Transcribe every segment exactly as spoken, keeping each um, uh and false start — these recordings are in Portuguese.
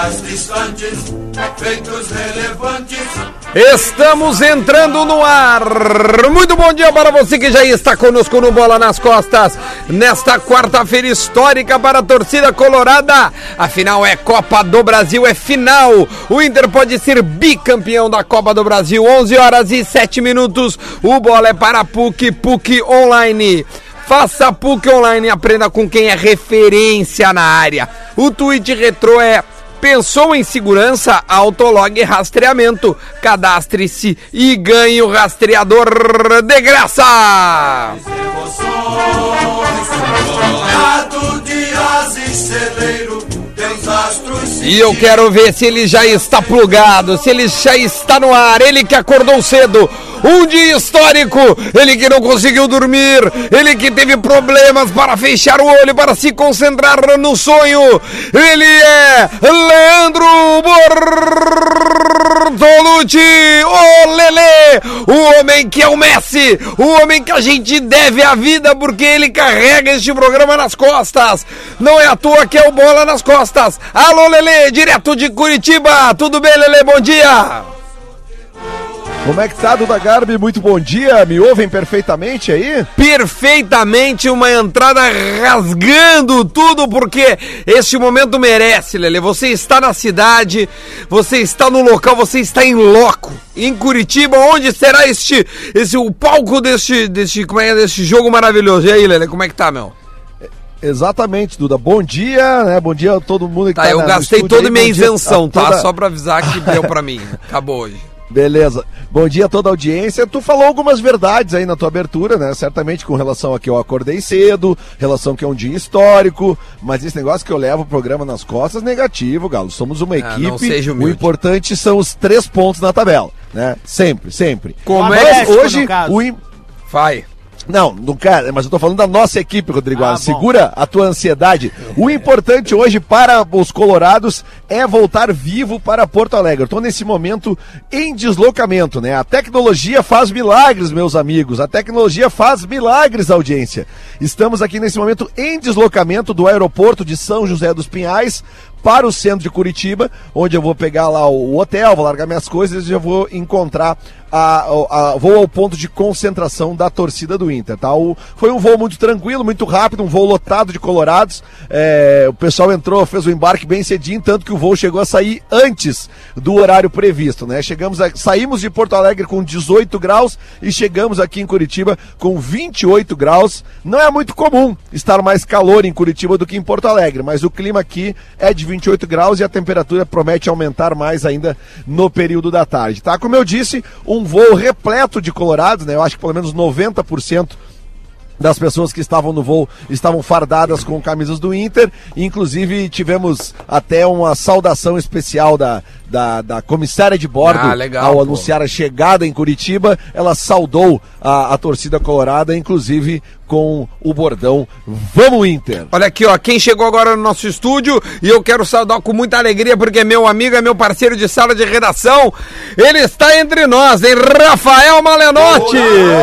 dias distantes, feitos relevantes. Estamos entrando no ar. Muito bom dia para você que já está conosco no Bola nas Costas, nesta quarta-feira histórica para a torcida colorada. Afinal é Copa do Brasil, é final. O Inter pode ser bicampeão da Copa do Brasil. Onze horas e sete minutos. O Bola é para a P U C, P U C Online. Faça a P U C Online e aprenda com quem é referência na área. O tweet retrô é: pensou em segurança? Autolog e rastreamento. Cadastre-se e ganhe o rastreador de graça. E eu quero ver se ele já está plugado, se ele já está no ar. Ele que acordou cedo, um dia histórico, ele que não conseguiu dormir, ele que teve problemas para fechar o olho, para se concentrar no sonho. Ele é Leandro Bortolucci, o Lelê, o homem que é o Messi, o homem que a gente deve a vida, porque ele carrega este programa nas costas. Não é à toa que é o Bola nas Costas. Alô, Lelê, direto de Curitiba. Tudo bem, Lelê? Bom dia. Como é que tá, Duda Garbi? Muito bom dia, me ouvem perfeitamente aí? Perfeitamente, uma entrada rasgando tudo, porque este momento merece, Lelê. Você está na cidade, você está no local, você está em loco, em Curitiba, onde será este, esse, o palco deste, deste, como é, deste jogo maravilhoso. E aí, Lelê, como é que tá, meu? Exatamente, Duda. Bom dia, né? Bom dia a todo mundo que tá, tá eu na, gastei toda a minha isenção, dia, tá? Toda... Só pra avisar que deu pra mim. Acabou hoje. Beleza. Bom dia a toda a audiência. Tu falou algumas verdades aí na tua abertura, né? Certamente com relação a que eu acordei cedo, relação que é um dia histórico, mas esse negócio que eu levo o programa nas costas, negativo, Galo. Somos uma equipe. Ah, não seja humilde. O importante são os três pontos na tabela, né? Sempre, sempre. Como é que hoje o im... Vai. Não, não quero, mas eu tô falando da nossa equipe, Rodrigo. Ah, segura a tua ansiedade. O importante hoje para os colorados é voltar vivo para Porto Alegre. Eu tô nesse momento em deslocamento, né? A tecnologia faz milagres, meus amigos. A tecnologia faz milagres, audiência. Estamos aqui nesse momento em deslocamento do aeroporto de São José dos Pinhais para o centro de Curitiba, onde eu vou pegar lá o hotel, vou largar minhas coisas e já vou encontrar a, a, a vou ao ponto de concentração da torcida do Inter, tá? O, foi um voo muito tranquilo, muito rápido, um voo lotado de colorados, é, o pessoal entrou, fez o embarque bem cedinho, tanto que o voo chegou a sair antes do horário previsto, né? Chegamos a, saímos de Porto Alegre com dezoito graus e chegamos aqui em Curitiba com vinte e oito graus. Não é muito comum estar mais calor em Curitiba do que em Porto Alegre, mas o clima aqui é de vinte e oito graus e a temperatura promete aumentar mais ainda no período da tarde, tá? Como eu disse, um voo repleto de colorados, né? Eu acho que pelo menos noventa por cento das pessoas que estavam no voo estavam fardadas com camisas do Inter, inclusive tivemos até uma saudação especial da, da, da comissária de bordo. Ah, legal, ao pô. anunciar a chegada em Curitiba. Ela saudou a, a torcida colorada, inclusive com o bordão Vamos Inter. Olha aqui, ó, quem chegou agora no nosso estúdio, e eu quero saudar com muita alegria, porque é meu amigo, é meu parceiro de sala de redação, ele está entre nós, hein? Rafael Malenotti!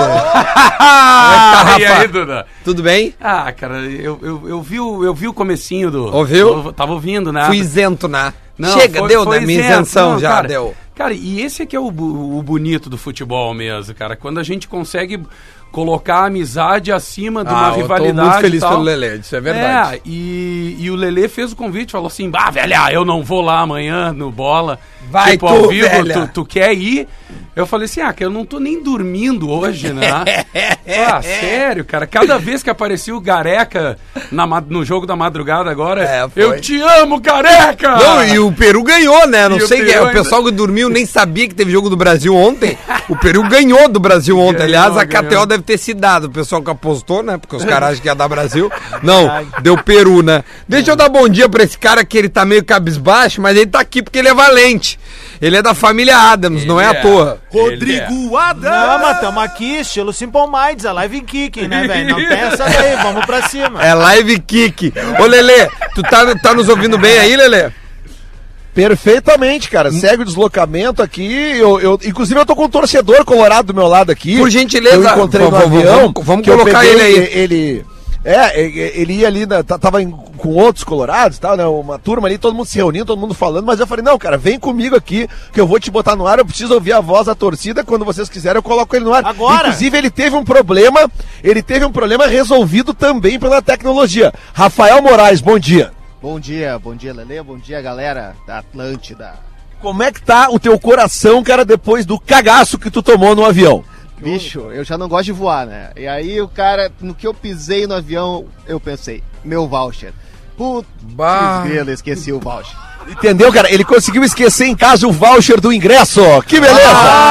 Tá, e aí, Duda? Tudo bem? Ah, cara, eu, eu, eu, vi, o, eu vi o comecinho do... Ouviu? Eu tava ouvindo, né? Fui isento, né? Não, Chega, foi, deu, foi né? Minha isento. isenção Não, já, cara, deu. Cara, e esse aqui é o, o bonito do futebol mesmo, cara. Quando a gente consegue colocar a amizade acima de uma ah, rivalidade. Eu tô muito feliz tal. pelo Lelê, isso é verdade. É, e, e o Lelê fez o convite, falou assim, bah, velha, eu não vou lá amanhã no Bola. Vai tipo, tu, ao vivo, velha. Tu, tu quer ir? Eu falei assim, ah, que eu não tô nem dormindo hoje, né? Ah, sério, cara. Cada vez que aparecia o Gareca na, no jogo da madrugada agora, é, eu te amo, Gareca! Não, e o Peru ganhou, né? Não e sei, o, é, o pessoal que dormiu nem sabia que teve jogo do Brasil ontem. O Peru ganhou do Brasil ontem. Ganhou, Aliás, a ganhou. K T O deve ter se dado. O pessoal que apostou, né? Porque os caras acham que ia dar Brasil. Não, deu Peru, né? Deixa eu dar bom dia pra esse cara que ele tá meio cabisbaixo, mas ele tá aqui porque ele é valente. Ele é da família Adams, ele não é, é à toa. Rodrigo é. Adams! Não, mas tamo aqui, estilo Simple Minds, é live kick, né, velho? Não tem essa daí, vamos pra cima. É live kick. Ô, Lelê, tu tá, tá nos ouvindo bem aí, Lelê? Perfeitamente, cara. Segue o deslocamento aqui. Eu, eu, inclusive, eu tô com um torcedor colorado do meu lado aqui. Por gentileza. Eu encontrei vamos, no avião. Vamos, vamos colocar ele aí. Ele... É, ele ia ali, na, tava em, com outros colorados e tal, né? Uma turma ali, todo mundo se reunindo, todo mundo falando, mas eu falei, não, cara, vem comigo aqui, que eu vou te botar no ar, eu preciso ouvir a voz da torcida, quando vocês quiserem eu coloco ele no ar. Agora! Inclusive ele teve um problema, ele teve um problema resolvido também pela tecnologia. Rafael Moraes, bom dia. Bom dia, bom dia, Lelê, bom dia, galera da Atlântida. Como é que tá o teu coração, cara, depois do cagaço que tu tomou no avião? Bicho, eu já não gosto de voar, né? E aí o cara, no que eu pisei no avião, eu pensei, meu voucher. Putz, grilo, esqueci o voucher. Entendeu, cara? Ele conseguiu esquecer em casa o voucher do ingresso. Que beleza!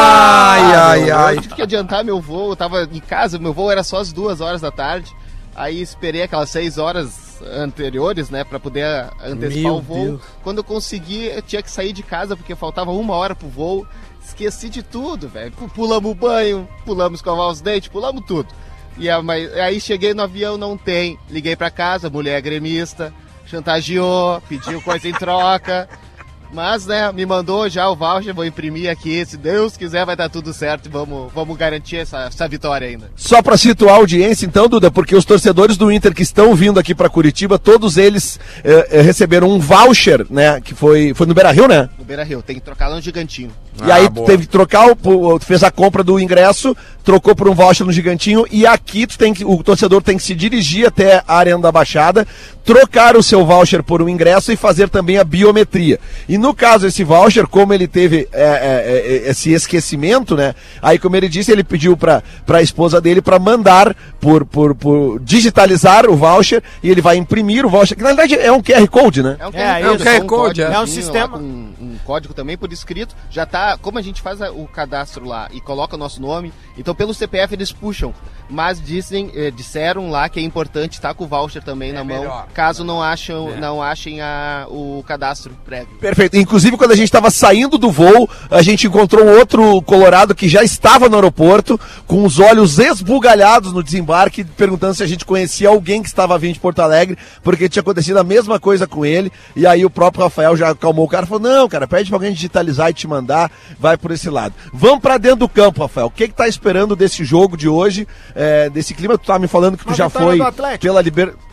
Ai, ai, ai. Eu tive que adiantar meu voo, eu tava em casa, meu voo era só às duas horas da tarde. Aí esperei aquelas seis horas anteriores, né, pra poder antecipar Meu o voo. Deus. Quando eu consegui, eu tinha que sair de casa porque faltava uma hora pro voo. Esqueci de tudo, velho. Pulamos o banho, pulamos escovar os dentes, pulamos tudo. E a, mas, aí cheguei no avião, não tem. Liguei pra casa, mulher gremista, chantageou, pediu coisa em troca. Mas, né, me mandou já o voucher, vou imprimir aqui. Se Deus quiser, vai dar tudo certo. Vamos, vamos garantir essa, essa vitória ainda. Só para situar a audiência, então, Duda, porque os torcedores do Inter que estão vindo aqui para Curitiba, todos eles eh, eh, receberam um voucher, né, que foi, foi no Beira-Rio, né? No Beira-Rio, tem que trocar lá no Gigantinho. E Ah, aí tu boa. teve que trocar, o, fez a compra do ingresso, trocou por um voucher no Gigantinho, e aqui tu tem que, o torcedor tem que se dirigir até a Arena da Baixada, trocar o seu voucher por um ingresso e fazer também a biometria. E no caso, esse voucher, como ele teve é, é, é, esse esquecimento, né? Aí, como ele disse, ele pediu para a esposa dele para mandar por, por, por digitalizar o voucher, e ele vai imprimir o voucher, que na verdade é um Q R Code, né? É um É, Q R Code, é um Q R só Code, código, é um assim, sistema. lá com Um, um código também por escrito, já tá, como a gente faz a, o cadastro lá e coloca o nosso nome, então pelo C P F eles puxam, mas dizem, eh, disseram lá que é importante estar com o voucher também É na mão, melhor. caso não, acham, É. não achem a, o cadastro prévio. Perfeito. Inclusive, quando a gente estava saindo do voo, a gente encontrou um outro colorado que já estava no aeroporto, com os olhos esbugalhados no desembarque, perguntando se a gente conhecia alguém que estava vindo de Porto Alegre, porque tinha acontecido a mesma coisa com ele. E aí o próprio Rafael já acalmou o cara e falou: não, cara, pede pra alguém digitalizar e te mandar, vai por esse lado. Vamos pra dentro do campo, Rafael. O que que tá esperando desse jogo de hoje, é, desse clima? Tu tá me falando que tu Uma já vitória foi do Atlético. pela Libertadores.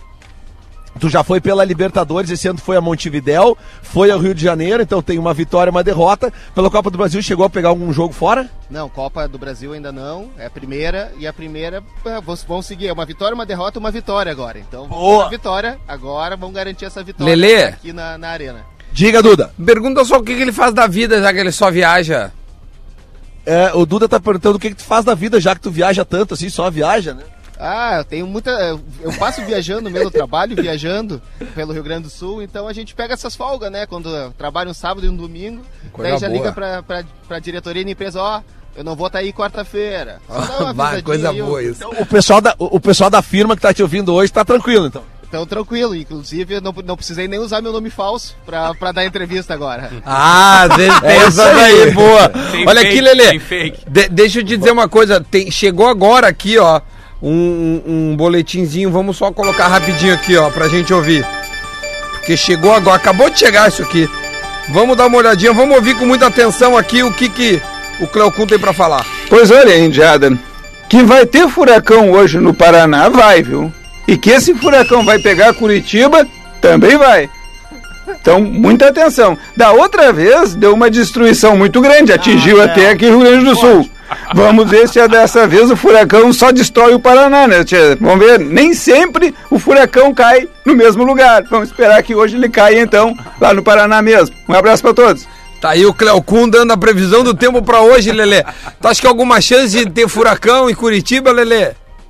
Tu já foi pela Libertadores, esse ano foi a Montevidéu, foi ao Rio de Janeiro, então tem uma vitória e uma derrota. Pela Copa do Brasil, chegou a pegar algum jogo fora? Não, Copa do Brasil ainda não, é a primeira, e a primeira é, vamos, vamos seguir, é uma vitória, uma derrota, uma vitória agora. Então, Boa. uma vitória, agora vamos garantir essa vitória Lelê. aqui na, na arena. Diga, Duda. Pergunta só o que, que ele faz da vida, já que ele só viaja. É, o Duda tá perguntando o que, que tu faz da vida, já que tu viaja tanto assim, só viaja, né? Ah, eu tenho muita. Eu passo viajando mesmo, trabalho viajando pelo Rio Grande do Sul, então a gente pega essas folgas, né? Quando eu trabalho um sábado e um domingo, Coisa daí já boa. liga pra, pra, pra diretoria da empresa: ó, eu não vou estar aí quarta-feira. Só dá uma Vai, avisadinha coisa aí, eu- boa isso. O pessoal, da, o o pessoal da firma que tá te ouvindo hoje tá tranquilo, então. Então, tranquilo, inclusive eu não, não precisei nem usar meu nome falso pra, pra dar entrevista agora. Ah, de- É essa isso aí. daí, boa. Tem Olha fake, aqui, Lelê. tem fake. De- deixa eu te dizer uma coisa. Tem, chegou agora aqui, ó, um, um, um boletinzinho. Vamos só colocar rapidinho aqui, ó, pra gente ouvir. Porque chegou agora, acabou de chegar isso aqui. Vamos dar uma olhadinha, vamos ouvir com muita atenção aqui o que, que o Cleocum tem pra falar. Pois olha, Indiada, que vai ter furacão hoje no Paraná, vai, viu? E que esse furacão vai pegar Curitiba, também vai. Então, muita atenção. Da outra vez, deu uma destruição muito grande, atingiu Ah, até é. aqui Rio Grande do Sul. Vamos ver se é dessa vez o furacão só destrói o Paraná, né, tia? Vamos ver, nem sempre o furacão cai no mesmo lugar. Vamos esperar que hoje ele caia, então, lá no Paraná mesmo. Um abraço para todos. Tá aí o Cleocum dando a previsão do tempo pra hoje, Lelê. Tu acha que há alguma chance de ter furacão em Curitiba, Lelê?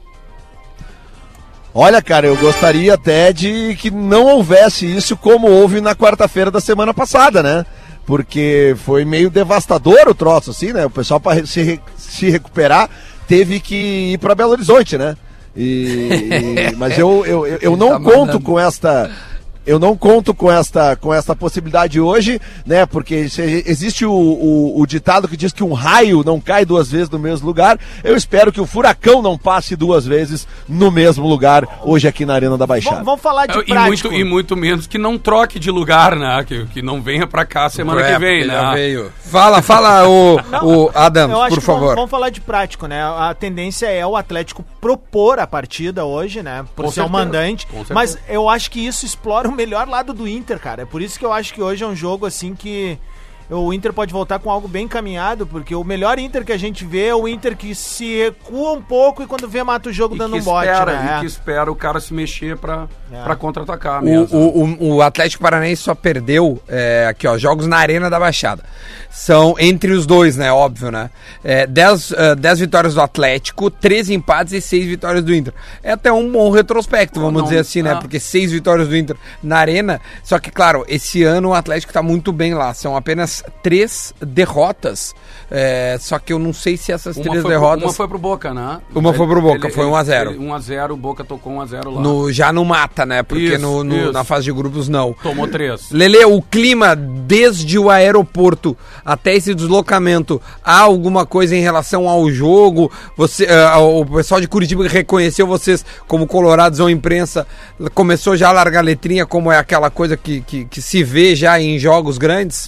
Olha, cara, eu gostaria até de que não houvesse isso como houve na quarta-feira da semana passada, né? Porque foi meio devastador o troço, assim, né? O pessoal, para se, re- se recuperar, teve que ir para Belo Horizonte, né? E, e- mas eu, eu, eu, eu não Tá conto mandando. com esta Eu não conto com esta, com esta possibilidade hoje, né? Porque existe o, o, o ditado que diz que um raio não cai duas vezes no mesmo lugar. Eu espero que o furacão não passe duas vezes no mesmo lugar hoje aqui na Arena da Baixada. Vamos, vamos falar de e prático. muito, e muito menos que não troque de lugar, né? Que, que não venha pra cá semana É, que vem, né? veio. Fala, fala, o, o Adam, Eu acho por que favor. Vamos, vamos falar de prático, né? A tendência é o Atlético propor a partida hoje, né? Por Com ser o certeza, mandante. com certeza. Mas eu acho que isso explora o melhor lado do Inter, cara. É por isso que eu acho que hoje é um jogo assim que o Inter pode voltar com algo bem encaminhado, porque o melhor Inter que a gente vê é o Inter que se recua um pouco e quando vê mata o jogo E dando que um bote, espera, né? E que espera o cara se mexer pra, É. pra contra-atacar O, mesmo. o, o, o Atlético Paranaense só perdeu é, aqui, ó, jogos na Arena da Baixada. São entre os dois, né? Óbvio, né? É, dez, uh, dez vitórias do Atlético, treze empates e seis vitórias do Inter. É até um bom retrospecto, vamos Não, dizer assim, né? ah. Porque seis vitórias do Inter na Arena. Só que, claro, esse ano o Atlético tá muito bem lá. São apenas três derrotas. É, só que eu não sei se essas Uma três foi, derrotas. uma foi pro Boca, né? Uma foi pro Boca, foi um a zero. um a zero, o Boca tocou um a zero lá. No, já no mata, né? Porque Isso, no, no- isso. na fase de grupos não. Tomou três. Lele, o clima desde o aeroporto até esse deslocamento, há alguma coisa em relação ao jogo? Você, ah, o pessoal de Curitiba que reconheceu vocês como colorados ou imprensa, começou já a largar letrinha como é aquela coisa que, que, que se vê já em jogos grandes?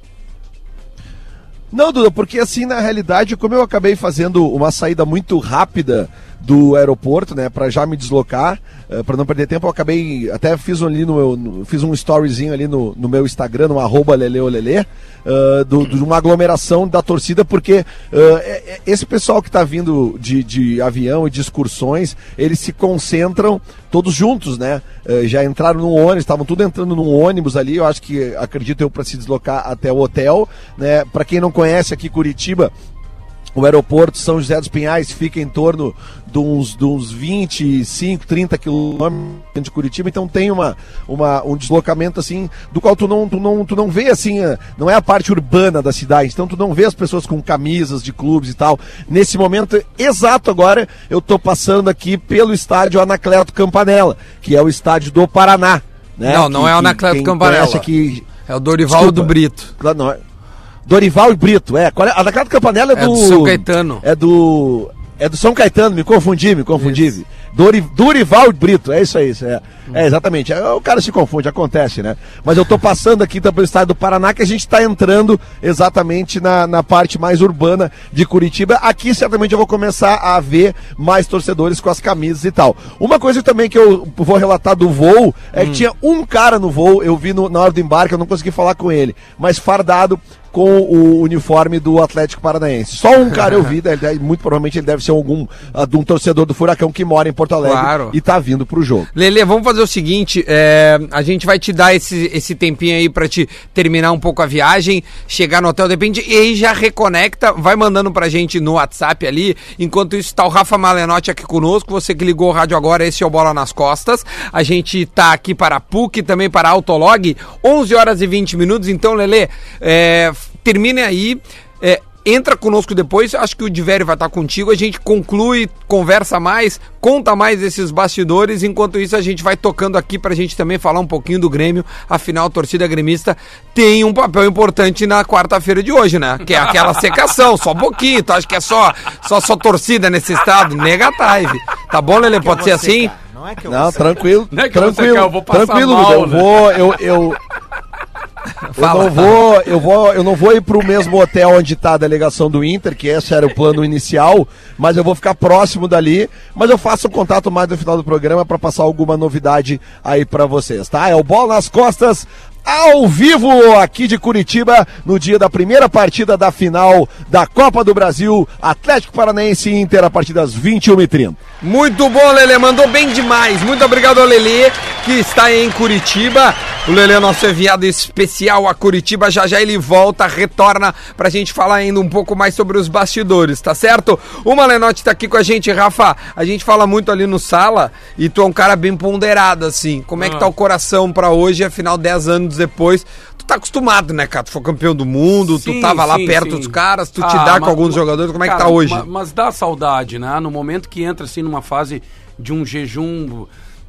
Não, Duda, porque assim, na realidade, como eu acabei fazendo uma saída muito rápida do aeroporto, né, pra já me deslocar, uh, pra não perder tempo, eu acabei, até fiz um, ali no meu, no, fiz um storyzinho ali no, no meu Instagram, no arroba leleolele, uh, do, de uma aglomeração da torcida, porque uh, é, é, esse pessoal que tá vindo de, de avião e de excursões, eles se concentram todos juntos, né, uh, já entraram no ônibus, estavam tudo entrando num ônibus ali, eu acho que, acredito eu, pra se deslocar até o hotel, né, pra quem não conhece aqui Curitiba, o aeroporto São José dos Pinhais fica em torno de uns, de uns vinte e cinco, trinta quilômetros de Curitiba, então tem uma, uma, um deslocamento assim, do qual tu não, tu, não, tu não vê assim, não é a parte urbana da cidade, então tu não vê as pessoas com camisas de clubes e tal. Nesse momento exato agora, eu tô passando aqui pelo estádio Anacleto Campanella, que é o estádio do Paraná. Né? Não, não que, é o Anacleto quem Campanella. conhece aqui, É o Dorival Desculpa. do Brito. Claro, não é. Dorival e Brito, é. Qual é? A Anacleto Campanella é, É do... do São Caetano. É do... É do São Caetano, me confundi, me confundi. Dori, Dorival e Brito, é isso aí, isso é. É, exatamente. É, o cara se confunde, acontece, né? Mas eu tô passando aqui pelo estado do Paraná, que a gente tá entrando exatamente na, na parte mais urbana de Curitiba. Aqui, certamente, eu vou começar a ver mais torcedores com as camisas e tal. Uma coisa também que eu vou relatar do voo é que tinha um cara no voo, eu vi no, na hora do embarque, eu não consegui falar com ele, mas fardado com o uniforme do Atlético Paranaense. Só um cara eu vi, ele deve- muito provavelmente ele deve ser algum uh, de um torcedor do Furacão que mora em Porto Alegre Claro. e tá vindo pro jogo. Lele, vamos fazer o seguinte, é, a gente vai te dar esse, esse tempinho aí pra te terminar um pouco a viagem, chegar no hotel, depende, e aí já reconecta, vai mandando pra gente no WhatsApp ali, enquanto isso tá o Rafa Malenotti aqui conosco, você que ligou o rádio agora, esse é o Bola nas Costas, a gente tá aqui para a P U C, também para a Autolog, onze horas e vinte minutos, então Lele, é, termine aí, é, entra conosco depois, acho que o Divério vai estar contigo, a gente conclui, conversa mais, conta mais esses bastidores, enquanto isso a gente vai tocando aqui pra gente também falar um pouquinho do Grêmio, afinal a torcida gremista tem um papel importante na quarta-feira de hoje, né? Que é aquela secação, só um pouquinho, tu acha que é só, só, só torcida nesse estado? Negative. Tá bom, Lele? Pode ser assim? Cara, não é que eu Não, tranquilo, Não é que você tranquilo, quer, eu vou passar tranquilo, mal, eu né? vou, eu, eu, Fala. eu não vou, eu vou, eu não vou ir pro mesmo hotel onde tá a delegação do Inter, que esse era o plano inicial, mas eu vou ficar próximo dali, mas eu faço um contato mais no final do programa para passar alguma novidade aí para vocês, tá? É o Bola nas Costas, ao vivo aqui de Curitiba, no dia da primeira partida da final da Copa do Brasil, Atlético Paranaense e Inter, a partir das vinte e uma e trinta. Muito bom, Lele, mandou bem demais. Muito obrigado ao Lele, que está em Curitiba. O Lele é nosso enviado especial a Curitiba. Já já ele volta, retorna pra gente falar ainda um pouco mais sobre os bastidores, tá certo? O Malenotti tá aqui com a gente, Rafa. A gente fala muito ali no sala e tu é um cara bem ponderado, assim. Como é que tá o coração pra hoje, afinal, dez anos depois? Tu tá acostumado, né, cara? Tu foi campeão do mundo, Sim, tu tava lá sim, perto sim. dos caras, tu te Ah, dá mas- com alguns mas- jogadores. Como é que cara, tá hoje? ma- Mas dá saudade, né? No momento que entra assim numa fase de um jejum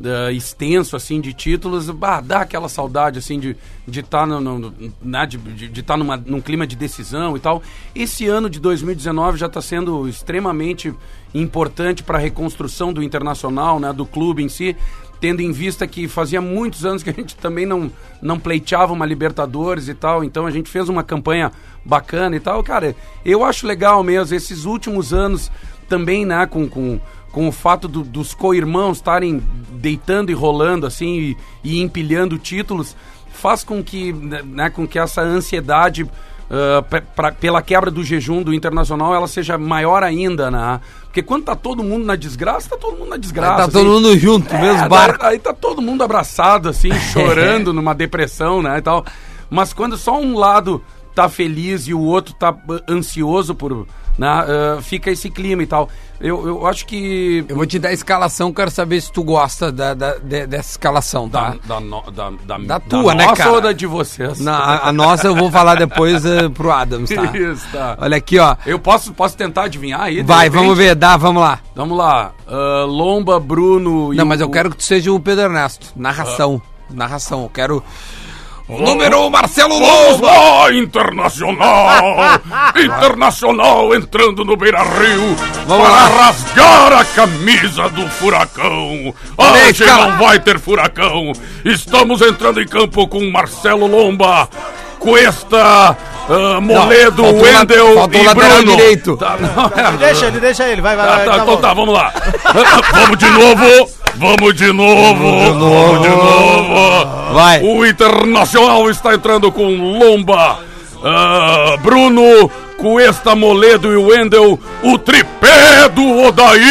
uh, extenso, assim, de títulos, bah, dá aquela saudade, assim, de estar de tá no, no, né, de, de, de tá numa, num clima de decisão e tal. Esse ano de dois mil e dezenove já está sendo extremamente importante para a reconstrução do Internacional, né, do clube em si, tendo em vista que fazia muitos anos que a gente também não, não pleiteava uma Libertadores e tal, então a gente fez uma campanha bacana e tal. Cara, eu acho legal mesmo, esses últimos anos também, né, com, com, com o fato do, dos co-irmãos estarem deitando e rolando, assim, e, e empilhando títulos, faz com que, né, com que essa ansiedade uh, pra, pra, pela quebra do jejum do Internacional, ela seja maior ainda, né? Porque quando tá todo mundo na desgraça, tá todo mundo na desgraça. Aí tá assim. todo mundo junto, é, mesmo barco. Aí tá todo mundo abraçado, assim, chorando numa depressão, né, e tal. Mas quando só um lado tá feliz e o outro tá ansioso por... Né, uh, fica esse clima e tal. Eu, eu acho que... Eu vou te dar a escalação, quero saber se tu gosta da, da, de, dessa escalação, tá? Da, da, no, da, da, da tua, da né, nossa cara? Ou da de vocês? Na, a, a nossa eu vou falar depois uh, pro Adams, tá? Isso, tá. Olha aqui, ó. Eu posso, posso tentar adivinhar aí? Vai, vamos ver, dá, vamos lá. Vamos lá. Uh, Lomba, Bruno... E Não, o... mas eu quero que tu seja o Pedro Ernesto. Narração. Uh. Narração, eu quero... O número Marcelo Lomba! Lá, Internacional! Internacional entrando no Beira-Rio Vamos para lá. rasgar a camisa do Furacão. Hoje não vai ter Furacão. Estamos entrando em campo com Marcelo Lomba, Cuesta, uh, Moledo, não, Wendel falta e o lateral Bruno. direito. Tá, não, Ele deixa ele, deixa ele, vai, vai, tá, vai. tá, tá então bom. tá, vamos lá. Vamos de novo. Vamos de novo. Vamos de novo. Vai. O Internacional está entrando com Lomba, uh, Bruno, Cuesta, Moledo e Wendel, o tripé do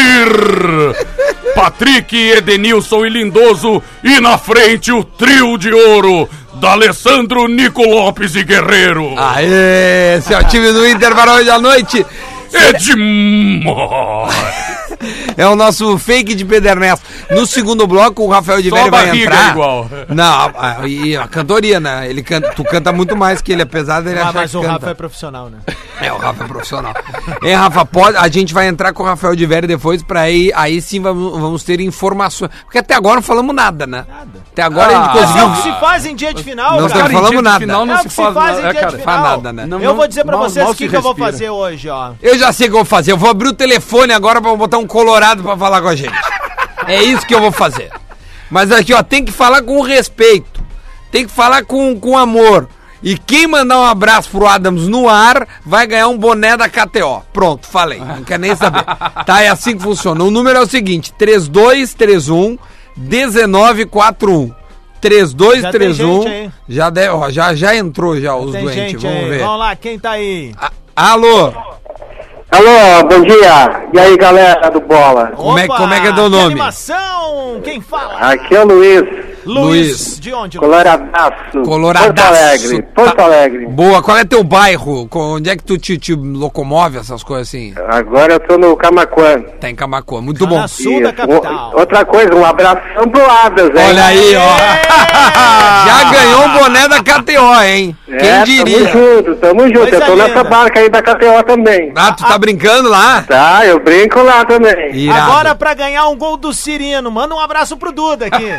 Odair, Patrick, Edenilson e Lindoso, e na frente o trio de ouro, D'Alessandro, Nico Lopes e Guerreiro. Aê, esse é o time do Inter para hoje à noite. É demais. É o nosso fake de Pedro Ernesto. No segundo bloco, o Rafael de Só Velho a vai barriga entrar. igual. Não, a, a, e a cantoria, né? Ele canta, tu canta muito mais que ele, apesar dele Ah, achar mas que o canta. Rafa é profissional, né? É, o Rafa é profissional. É, Rafa, pode, a gente vai entrar com o Rafael de Velho depois pra aí, aí sim vamos, vamos ter informações. Porque até agora não falamos nada, né? Nada. Até agora Ah, a gente Mas é conseguiu... o que se faz em dia de final, Não cara. estamos falando em dia de nada. final não É o se que faz, se faz em né, dia cara? de final. Faz nada, né? Não, Eu vou dizer pra mal- vocês mal o que, se que eu vou respira. fazer hoje, ó. Eu já sei o que eu vou fazer. Eu vou abrir o telefone agora pra botar um colorado pra falar com a gente. É isso que eu vou fazer. Mas aqui, ó, tem que falar com respeito. Tem que falar com, com amor. E quem mandar um abraço pro Adams no ar vai ganhar um boné da K T O. Pronto, falei. Não quer nem saber. Tá, é assim que funciona. O número é o seguinte: três dois três um, um nove quatro um. três dois três um. Já tem gente aí. Já, de, ó, já, já entrou já os Tem doentes. gente Vamos aí. ver. Vamos lá, quem tá aí? A- Alô? Alô, bom dia. E aí, galera do Bola? Como é- como é que é teu nome? Animação! Quem fala? Aqui é o Luiz, Luiz. De onde, Luiz? Coloradaço. Coloradaço. Porto Alegre. Porto Tá. Alegre. Boa, qual é teu bairro? Co- Onde é que tu te, te locomove, essas coisas assim? Agora eu tô no Camaquã. Tá em Camacoa, muito Tá bom. na sul da Isso. capital. O- outra coisa, um abração pro Adas, hein? Olha aí, ó. Já ganhou um boné da K T O, hein? É, Quem diria? Tamo junto, tamo junto. Coisa eu tô nessa linda. barca aí da K T O também. Ah, tu tá brincando lá? Tá, eu brinco lá também. Irado. Agora, pra ganhar um gol do Cirino, manda um abraço pro Duda aqui.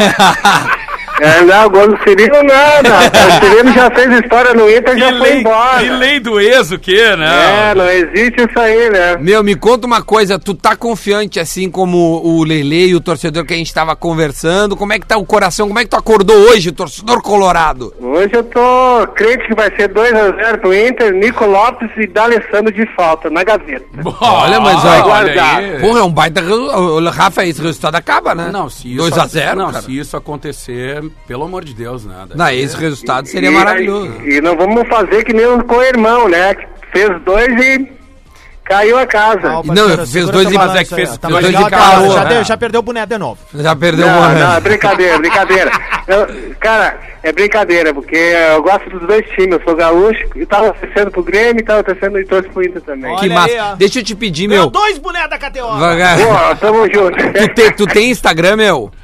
É, não, gol do Cirino nada. O Cirino já fez história no Inter, já E foi lei, embora. e lei do ex, o quê, né? É, não existe isso aí, né? Meu, me conta uma coisa, tu tá confiante assim como o Lele e o torcedor que a gente tava conversando? Como é que tá o coração? Como é que tu acordou hoje, torcedor colorado? Hoje eu tô crente que vai ser dois a zero pro Inter, Nico Lopes e D'Alessandro de falta, na gaveta. Olha, mas Ah, olha, olha aí. Porra, é um baita... O Rafa, esse resultado acaba, né? Não, se isso, dois a zero, não, cara. se isso acontecer, pelo amor de Deus, nada. Não, esse resultado seria E- maravilhoso. E, não vamos fazer que nem o co-irmão, né? Que fez dois e caiu a casa. Ó, Não, parceiro, fez segura dois teu e- balanço mas é que aí, fez ó. Tá dois mais de legal, cada, tá, já, né? deu, já perdeu o boné de novo. Já perdeu Não, uma... não, brincadeira, brincadeira. Eu- cara, é brincadeira, porque eu gosto dos dois times. Eu sou gaúcho e tava torcendo pro Grêmio e tava torcendo e torço pro Inter também. Que Olha massa. aí, ó. Deixa eu te pedir, Ganhou meu... dois bonés da K T O. Vaga- Pô, tamo junto. Tu, te- tu tem Instagram, meu?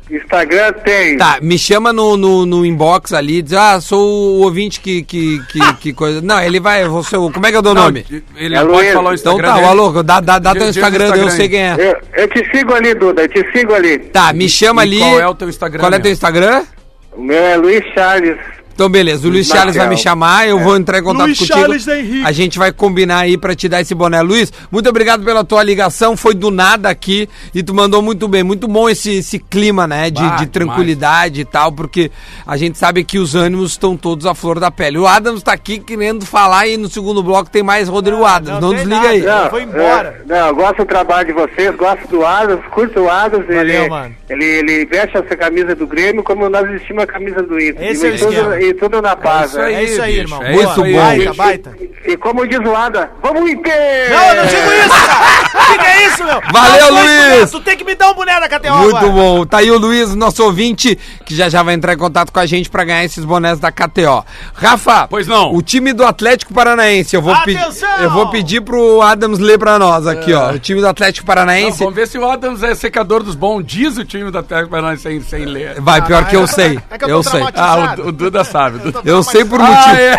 Instagram tem. Tá, me chama no, no, no inbox ali, diz, ah, sou o ouvinte que, que, que, que coisa. Não, ele vai, você, como é que é o teu nome? Ele É não pode Luiz. falar o Então Instagram tá, dele. o alô, dá, dá, dá Diz- teu diz o Instagram, eu Instagram sei aí. quem é. Eu, eu te sigo ali, Duda, eu te sigo ali. Tá, me chama E ali. qual é o teu Instagram, Qual é meu? teu Instagram? O meu é Luiz Charles. Então, beleza, o Luiz Marcel. Charles vai me chamar, eu vou entrar em contato Luiz contigo. Charles Henrique. A gente vai combinar aí pra te dar esse boné. Luiz, muito obrigado pela tua ligação, foi do nada aqui e tu mandou muito bem. Muito bom esse, esse clima, né, de, Bah, de tranquilidade e tal, porque a gente sabe que os ânimos estão todos à flor da pele. O Adams tá aqui querendo falar e no segundo bloco tem mais Rodrigo Adams. Não, tem desliga nada. aí. Não. Não, Foi embora. é, não, eu gosto do trabalho de vocês, gosto do Adams, curto o Adams. Valeu, ele, mano. Ele, ele veste essa camisa do Grêmio como nós vestimos a camisa do Inter. Esse é o e, tudo, esquema. e tudo na paz. isso aí, É isso aí, bicho, irmão. é Boa, isso aí. baita, baita. E, e como diz o Ada, vamos Inter! Não, eu não digo isso, cara. O que, que é isso, meu? Valeu, Não, Luiz. boné, Tu tem que me dar um boné da K T O Muito agora. bom. Tá aí o Luiz, nosso ouvinte, que já já vai entrar em contato com a gente pra ganhar esses bonés da K T O. Rafa, Pois não. o time do Atlético Paranaense, eu vou pedir, Atenção! eu vou pedir pro Adams ler pra nós aqui, ó. O time do Atlético Não, Paranaense vamos ver se o Adams é secador dos bons. Diz o time da Atlético Paranaense sem, sem ler. vai pior que eu é- sei. é que eu Eu tô sei. traumatizado. Ah, o, o Duda sabe. o Duda- Eu sei por Ah, motivo. é.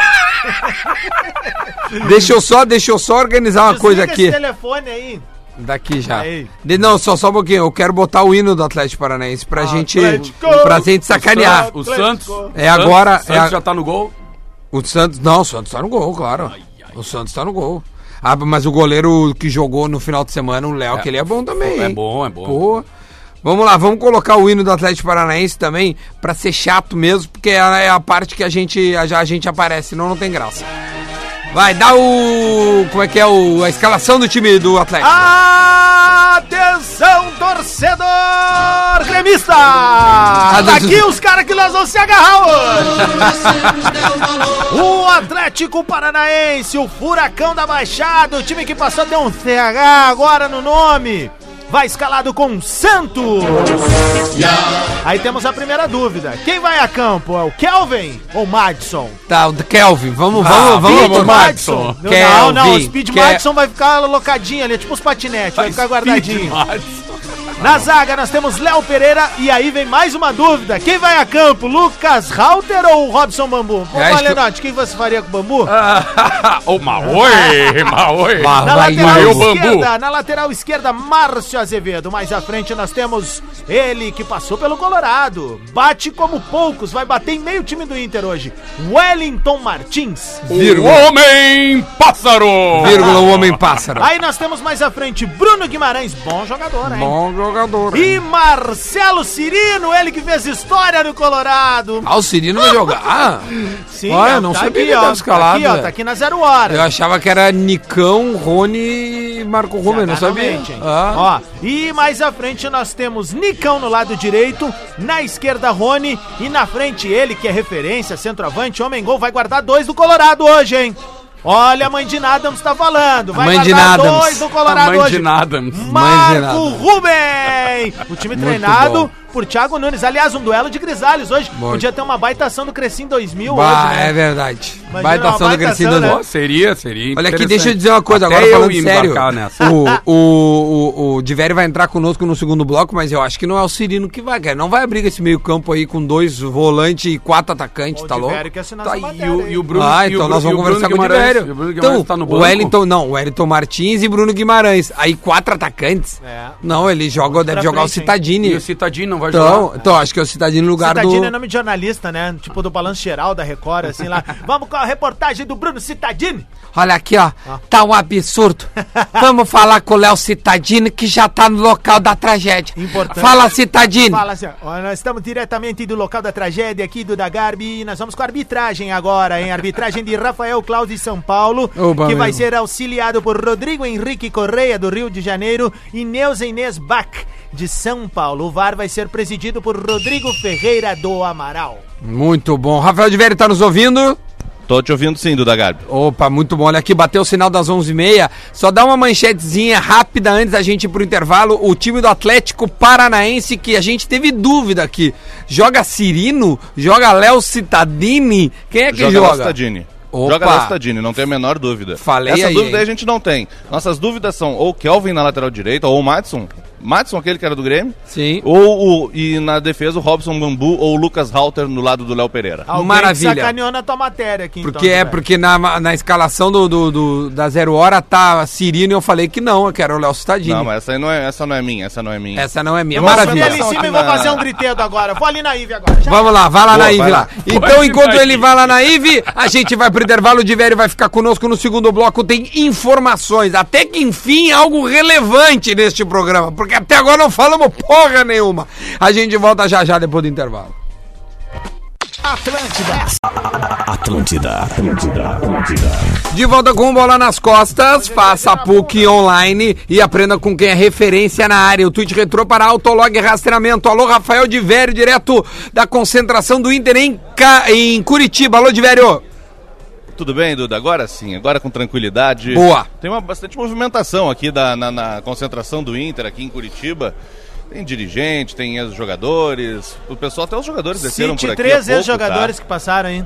Deixa eu só, deixa eu só organizar uma Desliga coisa esse aqui. telefone aí. Daqui já. Aí. De, não, só, só um pouquinho. Eu quero botar o hino do Atlético Paranaense pra gente. Atlético! Pra gente sacanear. O Santos. É agora- O Santos é a- já tá no gol. O Santos. Não, o Santos tá no gol, claro. O Santos tá no gol. Ah, mas o goleiro que jogou no final de semana, o Léo, É. que ele é bom também. É hein? bom, é bom. Pô. Vamos lá, vamos colocar o hino do Atlético Paranaense também, pra ser chato mesmo, porque é a parte que a gente, a, a gente aparece, senão não tem graça. Vai, dá o... Como é que é o, a escalação do time do Atlético? Atenção, torcedor gremista! Tá aqui os caras que nós vamos se agarrar hoje. O Atlético Paranaense, o Furacão da Baixada, o time que passou a ter um C H agora no nome. Vai escalado com Santos. Aí temos a primeira dúvida. Quem vai a campo? É o Kelvin ou o Madison? Tá, o Kelvin, vamos, Ah, vamos, vamos, Speed vamos. Madison. Não, Kelvin, não, não, o Speed Ke- Madison vai ficar alocadinho ali, é tipo os patinetes, vai ficar guardadinho. Na zaga nós temos Léo Pereira e aí vem mais uma dúvida. Quem vai a campo? Lucas Rauter ou Robson Bambu? Ô, Eu acho que- Valenotti, quem você faria com o Bambu? Ô, Maoi, Maoi. Bah, Na vai, lateral o Bambu. esquerda, na lateral esquerda, Márcio Azevedo. Mais à frente nós temos ele que passou pelo Colorado. Bate como poucos, vai bater em meio time do Inter hoje. Wellington Martins. O homem pássaro. Vírgula, o homem pássaro. Aí nós temos mais à frente Bruno Guimarães, bom jogador, hein? Bom jogador. E Marcelo Cirino, ele que fez história no Colorado. Ah, o Cirino vai jogar? Sim, Olha, é, não tá sabia aqui, que ele ó, tava escalado, Tá aqui, ó, é. tá aqui na zero hora. Eu achava que era Nicão, Rony e Marco Rubio, não sabia. Exatamente, hein? Ah. Ó, e mais à frente nós temos Nicão no lado direito, na esquerda Rony e na frente ele que é referência, centroavante, homem gol, vai guardar dois do Colorado hoje, hein? Olha, a mãe de Nadams tá falando, vai Mãe de guardar Nadams. dois do Colorado A mãe hoje. de Nadams. Mãe de Marco Nadams. Rubem! O time Muito treinado bom. por Thiago Nunes. Aliás, um duelo de grisalhos hoje. Muito. Podia ter uma baita ação do Crescim dois mil Bah, hoje, né? é verdade. Imagina Baita uma ação do baita Crescido. ação, né? Pô, seria, seria. Olha aqui, interessante. deixa eu dizer uma coisa, Até agora eu falando ia sério. embarcar nessa. O, o, o, o Diveri vai entrar conosco no segundo bloco, mas eu acho que não é o Cirino que vai, cara. Não vai abrir esse meio campo aí com dois volantes e quatro atacantes, O tá louco? Diverio que assinou Tá, essa e, matéria o, aí. e o Bruno. Ah, e o então Bruno- nós e o vamos Bruno conversar com o Guimarães. Diverio. E o Bruno Guimarães Então, tá no o banco. Wellington, não, o Wellington Martins e Bruno Guimarães. Aí quatro atacantes? É. Não, ele joga, deve pra jogar o frente, hein? Citadini. E o Citadini não vai Então, jogar. então, acho que é o Citadini no lugar Citadini do... é nome de jornalista, né? Tipo do Balanço Geral da Record, assim lá. Vamos com a reportagem do Bruno Citadini. Olha aqui, ó, tá um absurdo. Vamos falar com o Léo Citadini, que já tá no local da tragédia. Importante. Fala, Citadini. Fala assim, ó, nós estamos diretamente do local da tragédia aqui do Dagarbi e nós vamos com a arbitragem agora, hein? Arbitragem de Rafael Cláudio de São Paulo, Oba, que vai meu. ser auxiliado por Rodrigo Henrique Correia, do Rio de Janeiro, e Neuza Inês Bach, de São Paulo. O V A R vai ser presidido por Rodrigo Ferreira do Amaral. Muito bom. Rafael de Vério tá nos ouvindo? Tô te ouvindo sim, Duda Garbi. Opa, muito bom. Olha aqui, bateu o sinal das onze e meia. Só dá uma manchetezinha rápida antes da gente ir pro intervalo. O time do Atlético Paranaense, que a gente teve dúvida aqui. Joga Cirino? Joga Léo Citadini? Quem é que Joga joga? Léo Citadini. Opa. Joga Léo Citadini, não tem a menor dúvida. Falei Essa aí, dúvida hein? aí a gente não tem. Nossas dúvidas são ou Kelvin na lateral direita ou o Madison. Madison, aquele que era do Grêmio. Sim. Ou o, e na defesa o Robson Bambu ou o Lucas Halter no lado do Léo Pereira. Alguém Maravilha. sacaneou na tua matéria aqui, Porque então, é, né? porque na, na escalação do, do, do- da Zero Hora tá Cirino e eu falei que não, eu quero o Léo Cittadini. Não, mas essa, aí não é, essa não é minha, essa não é minha. Essa não é minha. Eu vou subir Maravilha. ali em cima e vou fazer um gritedo agora. Vou ali na Ive agora. Já. Vamos lá, vai lá Boa, na Ive vai lá. lá. Então, Pode enquanto vai. ele vai lá na Ive, a gente vai pro intervalo. De velho vai ficar conosco no segundo bloco. Tem informações, até que enfim, algo relevante neste programa, porque até agora não falamos porra nenhuma. A gente volta já já depois do intervalo. Atlântida, Atlântida, Atlântida. De volta com Bola nas Costas, faça a P U C online e aprenda com quem é referência na área. O tweet retrô para Autolog Rastreamento. Alô, Rafael de Vério, direto da concentração do Inter em, Ca... em Curitiba. Alô, de Vério. Tudo bem, Duda? Agora sim, agora com tranquilidade. Boa. Tem uma bastante movimentação aqui da, na, na concentração do Inter aqui em Curitiba. Tem dirigente, tem ex-jogadores. O pessoal, até os jogadores desceram por Cite aqui. três há pouco, ex-jogadores tá? que passaram aí.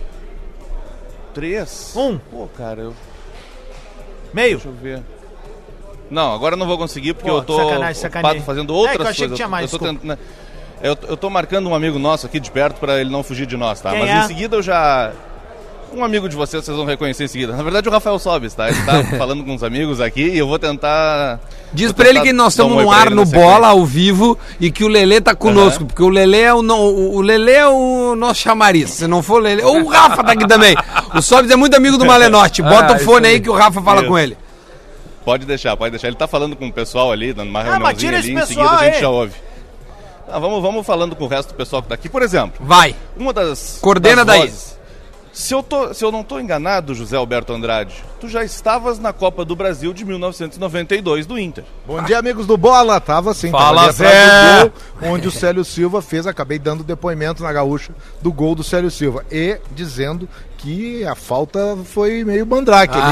Três? Um. Pô, cara, eu... Meio. Deixa eu ver. Não, agora eu não vou conseguir porque Pô, eu tô sacanagem, sacanei. ocupado fazendo É outras que eu achei coisas. que tinha mais, eu, tô desculpa. tent- né, eu, eu tô marcando um amigo nosso aqui de perto pra ele não fugir de nós, tá? Quem Mas é? em seguida eu já... Um amigo de vocês, vocês vão reconhecer em seguida. Na verdade, o Rafael Sobes, tá? Ele tá falando com uns amigos aqui e eu vou tentar... Diz vou pra ele tentar que nós dar um estamos oi no pra ar ele no na sequência. Bola ao vivo e que o Lelê tá conosco, Aham. porque o Lelê é o, não, o Lelê é o nosso chamariz. Se não for o Lelê, ou o Rafa tá aqui também. O Sobes é muito amigo do Malenotti. Bota Ah, o fone isso aí aí. que o Rafa fala Isso. com ele. Pode deixar, pode deixar. Ele tá falando com o pessoal ali, numa Ah, mas reuniãozinha tira ali, esse em pessoal seguida a gente aí. já ouve. Ah, vamos, vamos falando com o resto do pessoal que tá aqui. Por exemplo, Vai. uma das, Coordena das daí. vozes. Se eu, tô, se eu não tô enganado, José Alberto Andrade, tu já estavas na Copa do Brasil de mil novecentos e noventa e dois do Inter. Bom dia, amigos do Bola. Tava sim, Fala, tava ali atrás Zé! do gol, onde o Célio Silva fez, acabei dando depoimento na gaúcha do gol do Célio Silva. E dizendo que a falta foi meio mandrake ali.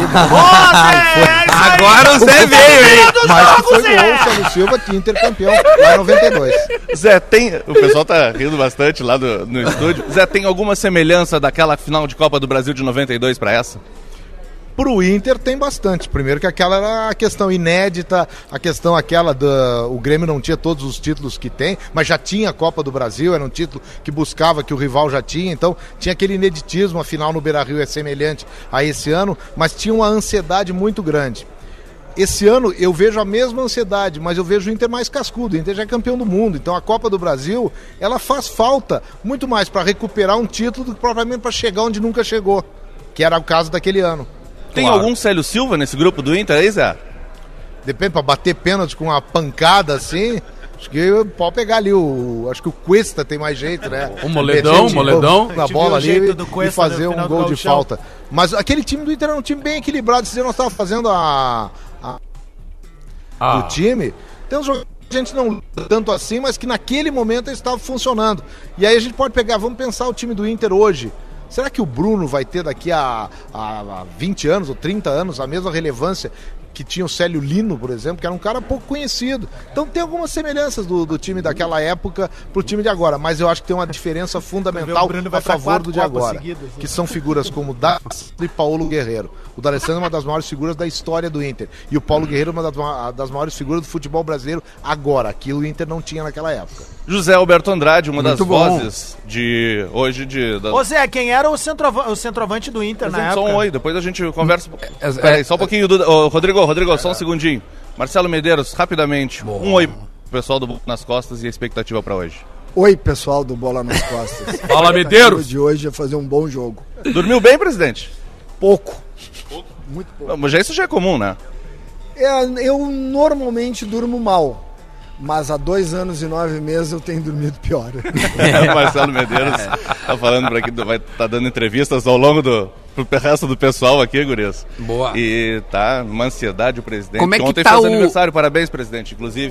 Agora o Zé veio, hein? Mas que foi gol, o Célio Silva, que Inter campeão lá em noventa e dois. Zé, tem... O pessoal tá rindo bastante lá do, no estúdio. Zé, tem alguma semelhança daquela final de Copa do Brasil de noventa e dois pra essa? Pro Inter tem bastante. Primeiro que aquela era a questão inédita, a questão aquela do... O Grêmio não tinha todos os títulos que tem, mas já tinha a Copa do Brasil, era um título que buscava, que o rival já tinha, então tinha aquele ineditismo, a final no Beira-Rio é semelhante a esse ano, mas tinha uma ansiedade muito grande. Esse ano eu vejo a mesma ansiedade, mas eu vejo o Inter mais cascudo. O Inter já é campeão do mundo, então a Copa do Brasil, ela faz falta muito mais para recuperar um título do que propriamente para chegar onde nunca chegou, que era o caso daquele ano. Tem Claro. algum Célio Silva nesse grupo do Inter aí, Zé? Depende, para bater pênalti com uma pancada assim, acho que pode pegar ali o... Acho que o Cuesta tem mais jeito, né? O Moledão, Meter de Moledão. Na A gente bola viu o ali jeito do e Cuesta fazer no um final do gol de gauchão. falta. Mas aquele time do Inter era um time bem equilibrado. Esse dia nós estávamos fazendo a... a Ah, do time, tem uns jogadores que a gente não tanto assim, mas que naquele momento eles estavam funcionando. E aí a gente pode pegar, vamos pensar o time do Inter hoje. Será que o Bruno vai ter daqui a, a, a vinte anos ou trinta anos a mesma relevância que tinha o Célio Lino, por exemplo, que era um cara pouco conhecido? Então tem algumas semelhanças do, do time daquela época pro time de agora, mas eu acho que tem uma diferença fundamental O Bruno vai a pra favor quatro do de Copas agora, seguidas, né? que são figuras como D'Alessandro e Paulo Guerreiro. O D'Alessandro é uma das maiores figuras da história do Inter e o Paulo Guerreiro é uma das, ma- das maiores figuras do futebol brasileiro agora, aquilo o Inter não tinha naquela época. José Alberto Andrade, uma Muito das bom. vozes de hoje de... Da... Ô Zé, quem era o, centroava- o centroavante do Inter na Só época? um oi, depois a gente conversa. É, é- Peraí, só um pouquinho, Duda. Ô, Rodrigo, Rodrigo, só um segundinho. Marcelo Medeiros, rapidamente, um oi pro pessoal do Bola nas Costas e a expectativa pra hoje. Oi, pessoal do Bola nas Costas. Fala, A Medeiros. expectativa de hoje é fazer um bom jogo. Dormiu bem, presidente? Pouco. Muito pouco. Não, mas já isso já é comum, né? É, eu normalmente durmo mal. Mas há dois anos e nove meses eu tenho dormido pior. O Marcelo Medeiros tá falando pra aqui, vai tá dando entrevistas ao longo do pro resto do pessoal aqui, gurias. Boa. E tá numa ansiedade o presidente. Como é que Ontem tá fez o- aniversário, parabéns, presidente, inclusive.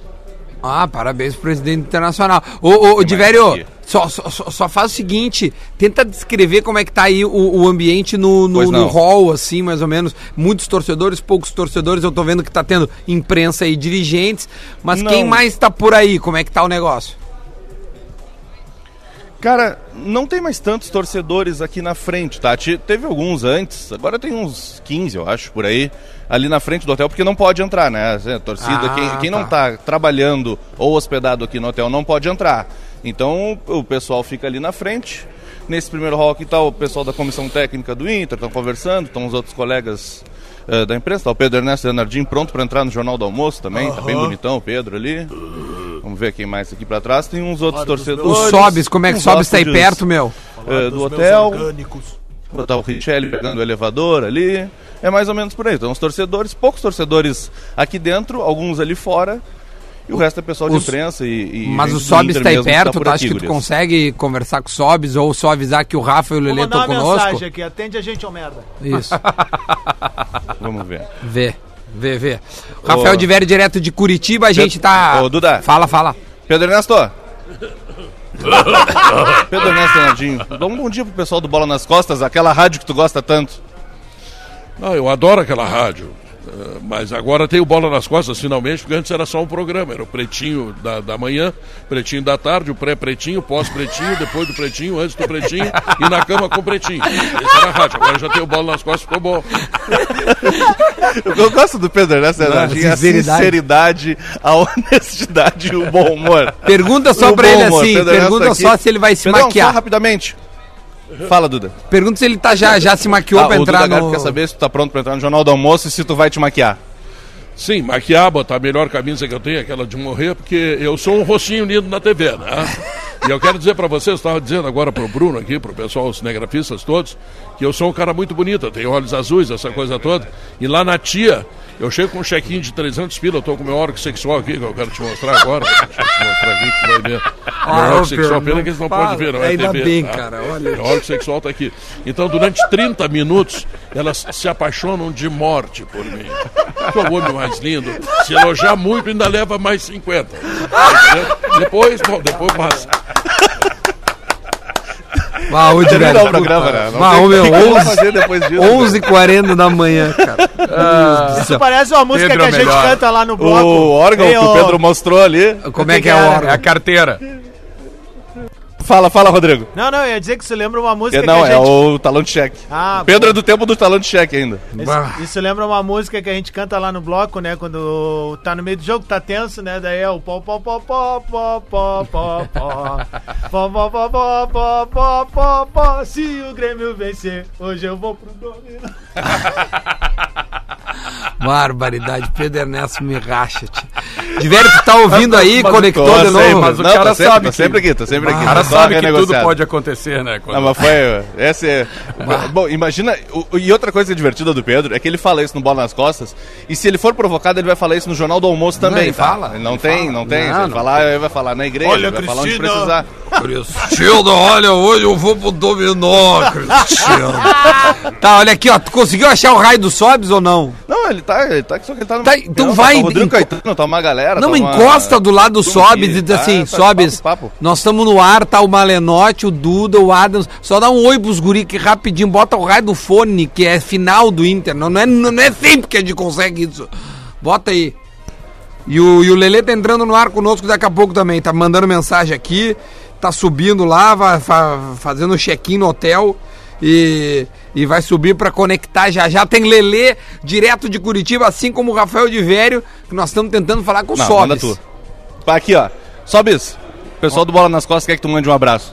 Ah, parabéns pro presidente internacional. Ô, ô, ô Divério, aqui? só, só, só- só faz o seguinte, tenta descrever como é que tá aí o, o ambiente no, no, Pois não. no hall, assim, mais ou menos. Muitos torcedores, poucos torcedores, eu tô vendo que tá tendo imprensa e dirigentes, mas Não. quem mais tá por aí? Como é que tá o negócio? Cara, não tem mais tantos torcedores aqui na frente, tá? Te- Teve alguns antes, agora tem uns quinze, eu acho, por aí, ali na frente do hotel, porque não pode entrar, né? A torcida, Ah, quem, quem tá. não tá trabalhando ou hospedado aqui no hotel não pode entrar. Então o pessoal fica ali na frente. Nesse primeiro hall aqui tá o pessoal da comissão técnica do Inter, estão conversando, estão os outros colegas eh, da imprensa, tá o Pedro Ernesto Leonardinho pronto para entrar no Jornal do Almoço também, tá bem bonitão o Pedro ali. Vamos ver quem mais aqui pra trás. Tem uns outros torcedores. O Sobis, como é que uns Sobis tá aí hóspedes, perto, meu? eh, do hotel. Botar o Richelli pegando o elevador ali. É mais ou menos por aí. Então, os torcedores, poucos torcedores aqui dentro, alguns ali fora. E o resto é pessoal de Os- imprensa e. e Mas gente o do Sobis Inter tá aí mesmo perto, por tu aqui, acha que tu gurias. consegue conversar com o Sobis ou só avisar que o Rafa e o Vou Lelê mandar estão uma conosco? mensagem aqui, atende a gente ao merda. Isso. Vamos ver. Vê, vê, vê. Rafael Ô. de Vério, direto de Curitiba, a gente tá... Ô, Duda. Fala, fala. Pedro Ernesto! Pedro Ernesto Leonardinho, dá um bom dia pro pessoal do Bola nas Costas, aquela rádio que tu gosta tanto. Não, eu adoro aquela rádio. eh, Mas agora tem o Bola nas Costas, finalmente, porque antes era só um programa. Era o Pretinho da, da manhã, Pretinho da tarde, o pré-pretinho, pós-pretinho, depois do pretinho, antes do pretinho e na cama com o pretinho. Esse era a rádio. Agora já tem o Bola nas Costas, ficou bom. Eu, eu gosto do Pedro Ernesto Leonardinho, a sinceridade. sinceridade, a honestidade e o bom humor. Pergunta só O pra bom ele humor. assim, Pedro Ernesto pergunta aqui. só se ele vai se Pedrão, maquiar. só rapidamente. Fala, Duda. Pergunta se ele tá já, já se maquiou Ah, pra o entrar Duda Garbi no... quer saber se tu tá pronto pra entrar no Jornal do Almoço e se tu vai te maquiar. Sim, maquiar, botar a melhor camisa que eu tenho, aquela de morrer, porque eu sou um rostinho lindo na T V, né? E eu quero dizer pra vocês, estava dizendo agora pro Bruno aqui, pro pessoal, os cinegrafistas todos, que eu sou um cara muito bonito, eu tenho olhos azuis, essa coisa toda. E lá na Tia, eu chego com um chequinho de trezentos pila, eu tô com meu órgão sexual aqui, que eu quero te mostrar agora. Deixa eu te mostrar aqui que tu vai ver. Ah, Meu órgão ô, sexual, Pedro, pena não que eles não fala. podem ver, não é Ainda T V. bem, tá? cara, olha. Meu órgão sexual tá aqui. Então, durante trinta minutos, elas se apaixonam de morte por mim. Que é o homem mais lindo. Se elogiar muito, ainda leva mais cinquenta. Depois, bom, depois passa. Ah, hoje, Terminar velho. o programa, né? Não Ah, tem ô, meu, o que eu vou onze fazer depois disso, onze e quarenta da manhã, cara. Ah, Isso parece uma música Pedro que a é gente melhor. canta lá no bloco. O órgão Ei, que o ô, Pedro mostrou ali. como é que é o É órgão? a carteira. Fala, fala, Rodrigo. Não, não, eu ia dizer que isso lembra uma música É, não, que a é gente... o talão de cheque. Ah, Pedro é do tempo do talão de cheque ainda. Isso, isso lembra uma música que a gente canta lá no bloco, né? Quando tá no meio do jogo, tá tenso, né? Daí é o pó, pó, pó, pó, pó, pó, pó, pó. Pó, pó, pó, pó, pó, pó, pó, pó. Se o Grêmio vencer, hoje eu vou pro domínio. Barbaridade, Pedro Ernesto me racha, tio. De velho, tu tá ouvindo aí, Mas- conectou Tô de sempre, novo? mas o não, cara tá sempre, sabe tá que- sempre aqui, tá sempre aqui. O cara Só sabe que tudo renegociado. pode acontecer, né? Quando- Não, mas foi. Essa é. Bom, imagina. o- E outra coisa divertida do Pedro é que ele fala isso no Bola nas Costas. E se ele for provocado, ele vai falar isso no Jornal do Almoço também. ele tá? fala, Ele Não ele tem, fala. não tem. Não, se ele não falar, ele vai falar na igreja, Olha, ele vai falar onde Cristina. precisar. Cristina, olha, hoje eu vou pro dominó, Cristina. Tá, olha aqui, ó, tu conseguiu achar o raio do Sobs ou não? Não, ele tá. Ele tá só que ele tá no. Tá, então Não, vai, Tá o Rodrigo enco- Caetano, tá uma galera. Não, tá uma- encosta do lado do Tudo Sobs aqui, e diz tá? assim, Tá Sobs, papo, papo. nós estamos no ar, tá o Malenote, o Duda, o Adams, só dá um oi pros guri que rapidinho, bota o raio do fone, que é final do Inter, não, não, é, não é sempre que a gente consegue isso. Bota aí. E o, e o Lelê tá entrando no ar conosco daqui a pouco também, tá mandando mensagem aqui, tá subindo lá, vai fa- fazendo check-in no hotel e, e vai subir pra conectar já já. Tem Lelê direto de Curitiba, assim como o Rafael de Vério, que nós estamos tentando falar com o Não, manda Sobs. tu. Tá aqui, ó. Sobis. O pessoal do Bola nas Costas quer que tu mande um abraço.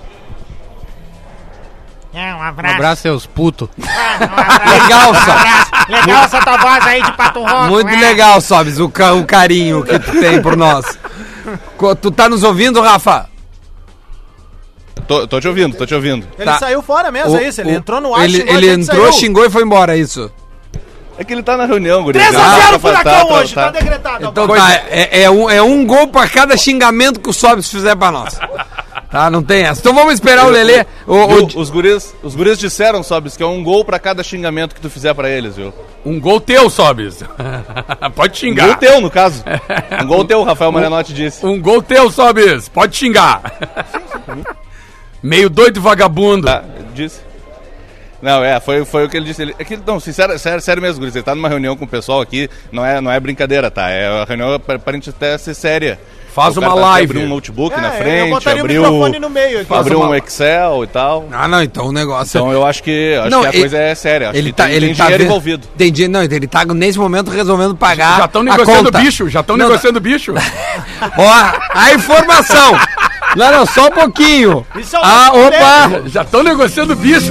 É, um Um abraço. abraço, seus putos. Legal, Sobs. Legal essa tua voz aí de pato roco. Muito é. legal, Sobs, o, ca- o carinho que tu tem por nós. Co- Tu tá nos ouvindo, Rafa? Tô, tô te ouvindo, tô te ouvindo. Ele Tá. saiu fora mesmo, O- é isso? Ele o- entrou no ar, Ele, xingou, ele a gente entrou, saiu. xingou e foi embora, é isso. É que ele tá na reunião, guri. três a zero Tá, Furacão tá, tá, hoje, tá, tá. decretado. Então agora. tá, é, é um, é um gol pra cada xingamento que o Sobs fizer pra nós. Tá, não tem essa. Então vamos esperar o Lelê. O, Viu? o- Os, guris, os guris disseram, Sobis, que é um gol pra cada xingamento que tu fizer pra eles, viu? Um gol teu, Sobis. Pode Um xingar. gol teu, no caso. Um gol teu, o Rafael Marianotti disse. Um gol teu, Sobis. Pode xingar. Meio doido e vagabundo. Tá, ele disse. Não, é, foi, foi o que ele disse. Ele, é que, não, sincero, sério, sério mesmo, guris. Ele tá numa reunião com o pessoal aqui, não é, não é brincadeira, tá? É a reunião aparente até ser séria. Faz o uma cara tá aqui, live. Abrir um notebook É, na eu frente, botaria o abrir microfone um, no meio aqui. abrir uma- um Excel e tal. Ah, não, então o negócio... Então eu acho que, acho Não, que a ele- coisa é séria. Acho ele que tá, tem, ele tem tá dinheiro ve- envolvido. Tem dinheiro, não, ele tá nesse momento resolvendo pagar Já estão a negociando conta. bicho, já estão Não, negociando bicho. Ó, a informação. Não, não, só um pouquinho. Isso é um Ah, opa. Já estão negociando bicho.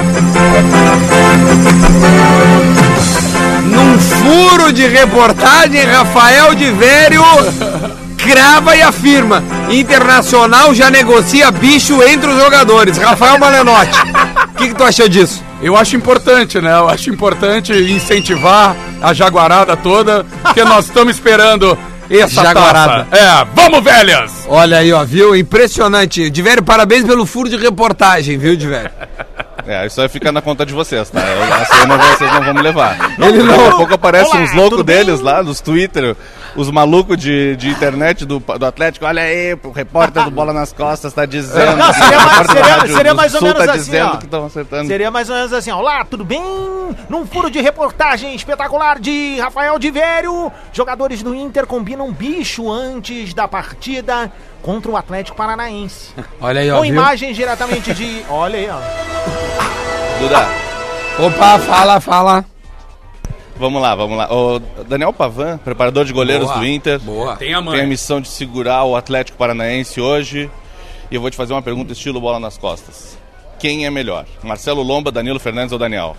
Num furo de reportagem, Rafael de Vério crava e afirma: Internacional já negocia bicho entre os jogadores. Rafael Malenotti, o que, que tu achou disso? Eu acho importante, né? Eu acho importante incentivar a jaguarada toda, porque nós estamos esperando essa Jaguarada. taça. É, vamos, velhas! Olha aí, ó, viu? Impressionante. De Vério, parabéns pelo furo de reportagem, viu, de Vério? É, isso vai ficar na conta de vocês, tá? Eu- A cena vocês não vão me levar. Ele não- Daqui a pouco aparecem Olá, uns loucos tudo deles bem? lá nos Twitter, os malucos de, de internet do, do Atlético. Olha aí, o repórter do Bola nas Costas tá dizendo. Não, que seria o mais- repórter do seria- Rádio seria do mais ou Sul menos tá assim, dizendo ó. que estão acertando. Seria mais ou menos assim, ó. Olá, tudo bem? Num furo de reportagem espetacular de Rafael de Vério, jogadores do Inter combinam bicho antes da partida contra o Atlético Paranaense. Olha aí, ó, Com viu? imagens diretamente de... Olha aí, ó. Duda, Opa, fala, fala. vamos lá, vamos lá. O Daniel Pavan, preparador de goleiros Boa, do Inter. boa. Tem a mãe. Tem a missão de segurar o Atlético Paranaense hoje. E eu vou te fazer uma pergunta estilo Bola nas Costas. Quem é melhor? Marcelo Lomba, Danilo Fernandes ou Daniel?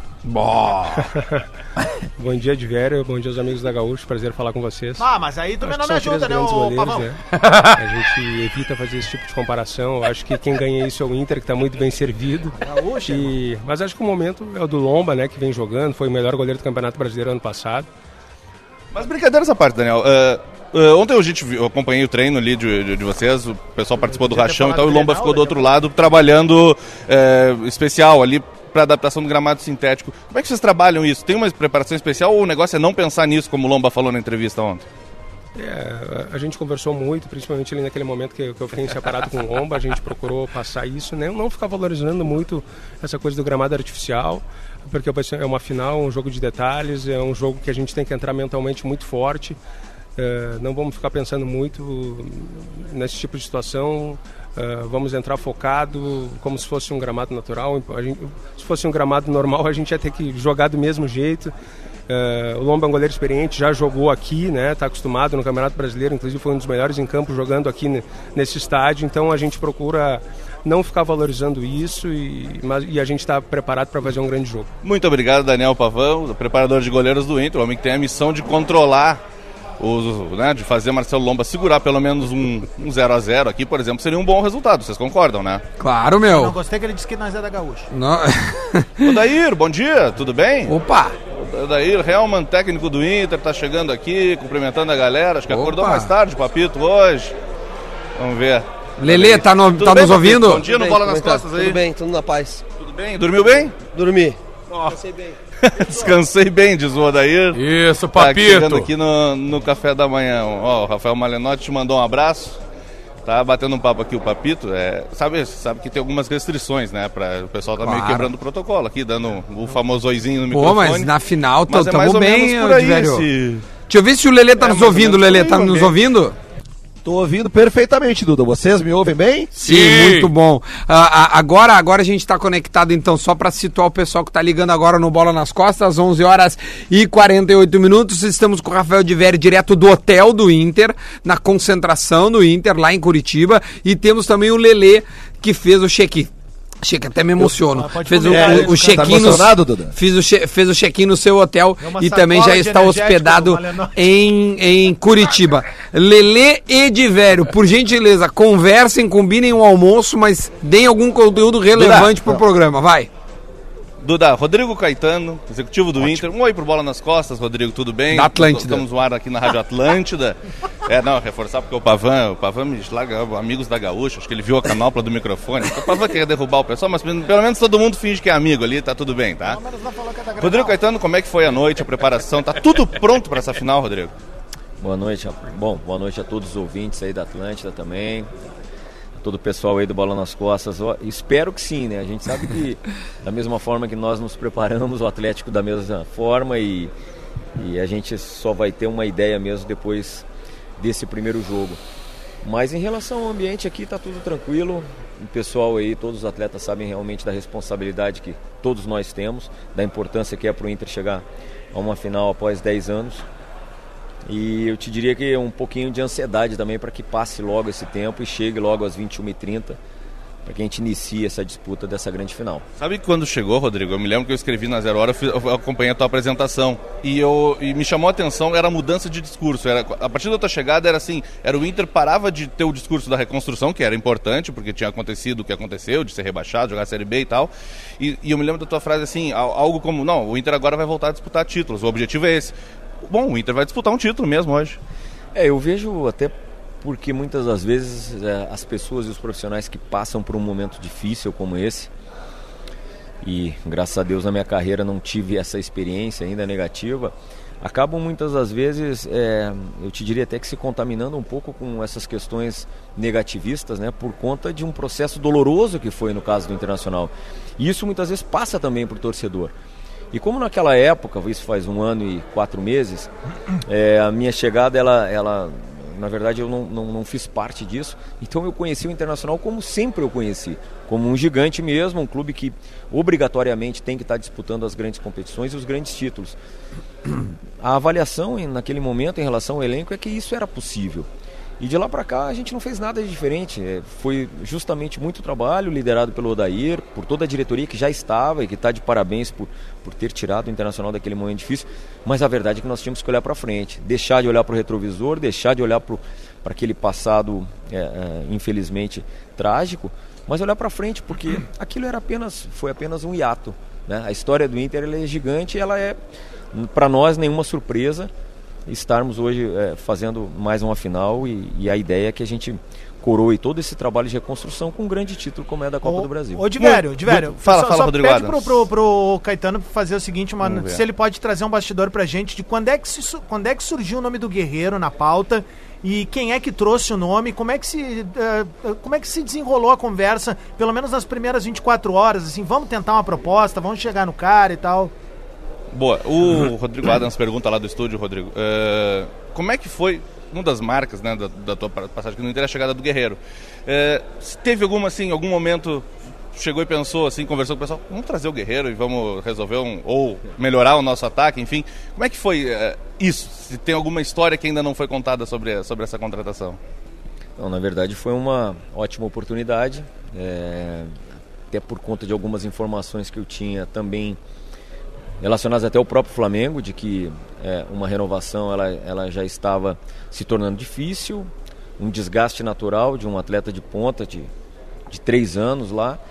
Bom dia, de Vério. Bom dia aos amigos da Gaúcho. Prazer falar com vocês. Ah, mas aí também Acho não que me são três ajuda, né, grandes ô goleiros, Pavão? né? A gente evita fazer esse tipo de comparação. Eu acho que quem ganha isso é o Inter, que está muito bem servido. Gaúcho, E... Mas acho que o momento é o do Lomba, né, que vem jogando. Foi o melhor goleiro do Campeonato Brasileiro ano passado. Mas brincadeira essa parte, Daniel. Uh, uh, ontem a gente viu, eu acompanhei o treino ali de, de, de vocês, o pessoal participou do rachão e tal, e o Lomba ficou do outro lado trabalhando uh, especial ali para adaptação do gramado sintético. Como é que vocês trabalham isso? Tem uma preparação especial ou o negócio é não pensar nisso, como o Lomba falou na entrevista ontem? É, a gente conversou muito, principalmente ali naquele momento que, que eu fiquei separado com o Lomba, a gente procurou passar isso, né? Não ficar valorizando muito essa coisa do gramado artificial, porque é uma final, um jogo de detalhes, é um jogo que a gente tem que entrar mentalmente muito forte, é, não vamos ficar pensando muito nesse tipo de situação, é, vamos entrar focado como se fosse um gramado natural. A gente, se fosse um gramado normal, a gente ia ter que jogar do mesmo jeito. Uh, o Lomba é um goleiro experiente, já jogou aqui, né? Está acostumado no Campeonato Brasileiro, inclusive foi um dos melhores em campo jogando aqui ne, nesse estádio, então a gente procura não ficar valorizando isso e, mas, e a gente está preparado para fazer um grande jogo. Muito obrigado, Daniel Pavão, preparador de goleiros do Inter, o homem que tem a missão de controlar, os, né, de fazer Marcelo Lomba segurar pelo menos um, um zero a zero aqui, por exemplo, seria um bom resultado, vocês concordam, né? Claro, Eu não meu. gostei que ele disse que nós é da Gaúcha. Não... Odair, bom dia, tudo bem? Opa! Odair Helman, técnico do Inter, tá chegando aqui, cumprimentando a galera, acho que Opa. acordou mais tarde, Papito, hoje. Vamos ver. Lelê, tá, no- Tudo tá bem, nos Papito? ouvindo? Bom dia no Bola nas Costas aí. Tudo bem, tudo na paz. Tudo bem? Dormiu bem? Dormi. Descansei bem. Descansei bem, diz o Odair. Isso, Tá aqui chegando papito. aqui no, no café da manhã. Ó, o Rafael Malenotti te mandou um abraço. Tá batendo um papo aqui o Papito. É, sabe, sabe que tem algumas restrições, né? Pra, o pessoal tá meio Claro. quebrando o protocolo aqui, dando o famoso oizinho no Pô, microfone. mas na final Mas é mais estamos ou bem, menos por aí velho. esse- Deixa eu ver se o Lelê tá É, nos mais ou ouvindo, menos Lelê. por Tá aí, nos Lelê. ouvindo? Tô ouvindo perfeitamente, Duda. Vocês me ouvem bem? Sim, muito bom. Ah, ah, agora, agora a gente está conectado, então, só para situar o pessoal que está ligando agora no Bola nas Costas, onze horas e quarenta e oito minutos. Estamos com o Rafael de Vério, direto do hotel do Inter, na concentração do Inter, lá em Curitiba. E temos também o Lelê, que fez o check-in. Cheque, até me emociono. Eu- pode Fez o, comer, o, né? o check-in Tá no, emocionado, Duda? fiz o che, fez o check-in no seu hotel É uma e também já sacola de está energético hospedado do Malenotti. em, em Curitiba. Lelê e de Vério, por gentileza, conversem, combinem um almoço, mas deem algum conteúdo relevante pro programa, vai. Duda, Rodrigo Caetano, executivo do Inter. Um oi pro Bola nas Costas, Rodrigo, tudo bem? Da Atlântida. Estamos no ar aqui na Rádio Atlântida. É, não, reforçar porque o Pavan, o Pavan me larga amigos da Gaúcha, acho que ele viu a canopla do microfone. O Pavan queria derrubar o pessoal, mas pelo menos todo mundo finge que é amigo ali, tá tudo bem, tá? Rodrigo Caetano, como é que foi a noite, a preparação? Tá tudo pronto para essa final, Rodrigo? Boa noite, bom, boa noite a todos os ouvintes aí da Atlântida também, todo o pessoal aí do Bola nas Costas. Ó, espero que sim, né? A gente sabe que da mesma forma que nós nos preparamos, o Atlético da mesma forma, e, e a gente só vai ter uma ideia mesmo depois desse primeiro jogo. Mas em relação ao ambiente aqui está tudo tranquilo. O pessoal aí, todos os atletas sabem realmente da responsabilidade que todos nós temos, da importância que é para o Inter chegar a uma final após dez anos. E eu te diria que um pouquinho de ansiedade também para que passe logo esse tempo e chegue logo às vinte e uma e trinta, para que a gente inicie essa disputa dessa grande final. Sabe que quando chegou, Rodrigo, eu me lembro que eu escrevi na Zero Hora, eu, eu acompanhei a tua apresentação, e, eu, e me chamou a atenção, era a mudança de discurso. Era, a partir da tua chegada era assim, era o Inter parava de ter o discurso da reconstrução, que era importante, porque tinha acontecido o que aconteceu, de ser rebaixado, jogar a Série B e tal, e, e eu me lembro da tua frase assim, algo como, não, o Inter agora vai voltar a disputar títulos, o objetivo é esse. Bom, o Inter vai disputar um título mesmo hoje. É, eu vejo até porque muitas das vezes é, as pessoas e os profissionais que passam por um momento difícil como esse, e graças a Deus na minha carreira não tive essa experiência ainda negativa, acabam muitas das vezes, é, eu te diria até que se contaminando um pouco com essas questões negativistas, né, por conta de um processo doloroso que foi no caso do Internacional. E isso muitas vezes passa também para o torcedor. E como naquela época, isso faz um ano e quatro meses, é, a minha chegada, ela, ela, na verdade eu não, não, não fiz parte disso, então eu conheci o Internacional como sempre eu conheci, como um gigante mesmo, um clube que obrigatoriamente tem que estar disputando as grandes competições e os grandes títulos. A avaliação naquele momento em relação ao elenco é que isso era possível. E de lá para cá a gente não fez nada de diferente, é, foi justamente muito trabalho liderado pelo Odair, por toda a diretoria que já estava e que está de parabéns por, por ter tirado o Internacional daquele momento difícil, mas a verdade é que nós tínhamos que olhar para frente, deixar de olhar para o retrovisor, deixar de olhar para aquele passado, é, é, infelizmente, trágico, mas olhar para frente, porque aquilo era apenas, foi apenas um hiato, né? A história do Inter ela é gigante e ela é, para nós, nenhuma surpresa estarmos hoje é, fazendo mais uma final e, e a ideia é que a gente coroe todo esse trabalho de reconstrução com um grande título como é da Copa ô, do Brasil. Ô, Divério, Divério, fala, só, fala, só Rodrigo pede Adams. pro, pro, pro Caetano fazer o seguinte, uma, se ele pode trazer um bastidor pra gente de quando é, que se, quando é que surgiu o nome do Guerreiro na pauta e quem é que trouxe o nome, como é que se, uh, como é que se desenrolou a conversa, pelo menos nas primeiras vinte e quatro horas, assim, vamos tentar uma proposta, vamos chegar no cara e tal. Boa, o Rodrigo Adams pergunta lá do estúdio, Rodrigo, uh, como é que foi, uma das marcas, né, da, da tua passagem aqui no Inter, a chegada do Guerreiro? Uh, se teve alguma, assim, algum momento, chegou e pensou, assim, conversou com o pessoal, vamos trazer o Guerreiro e vamos resolver um, ou melhorar o nosso ataque, enfim, como é que foi uh, isso? Se tem alguma história que ainda não foi contada sobre, sobre essa contratação? Então, na verdade foi uma ótima oportunidade, é, até por conta de algumas informações que eu tinha também relacionadas até ao próprio Flamengo, de que é, uma renovação ela, ela já estava se tornando difícil, um desgaste natural de um atleta de ponta de, de três anos lá,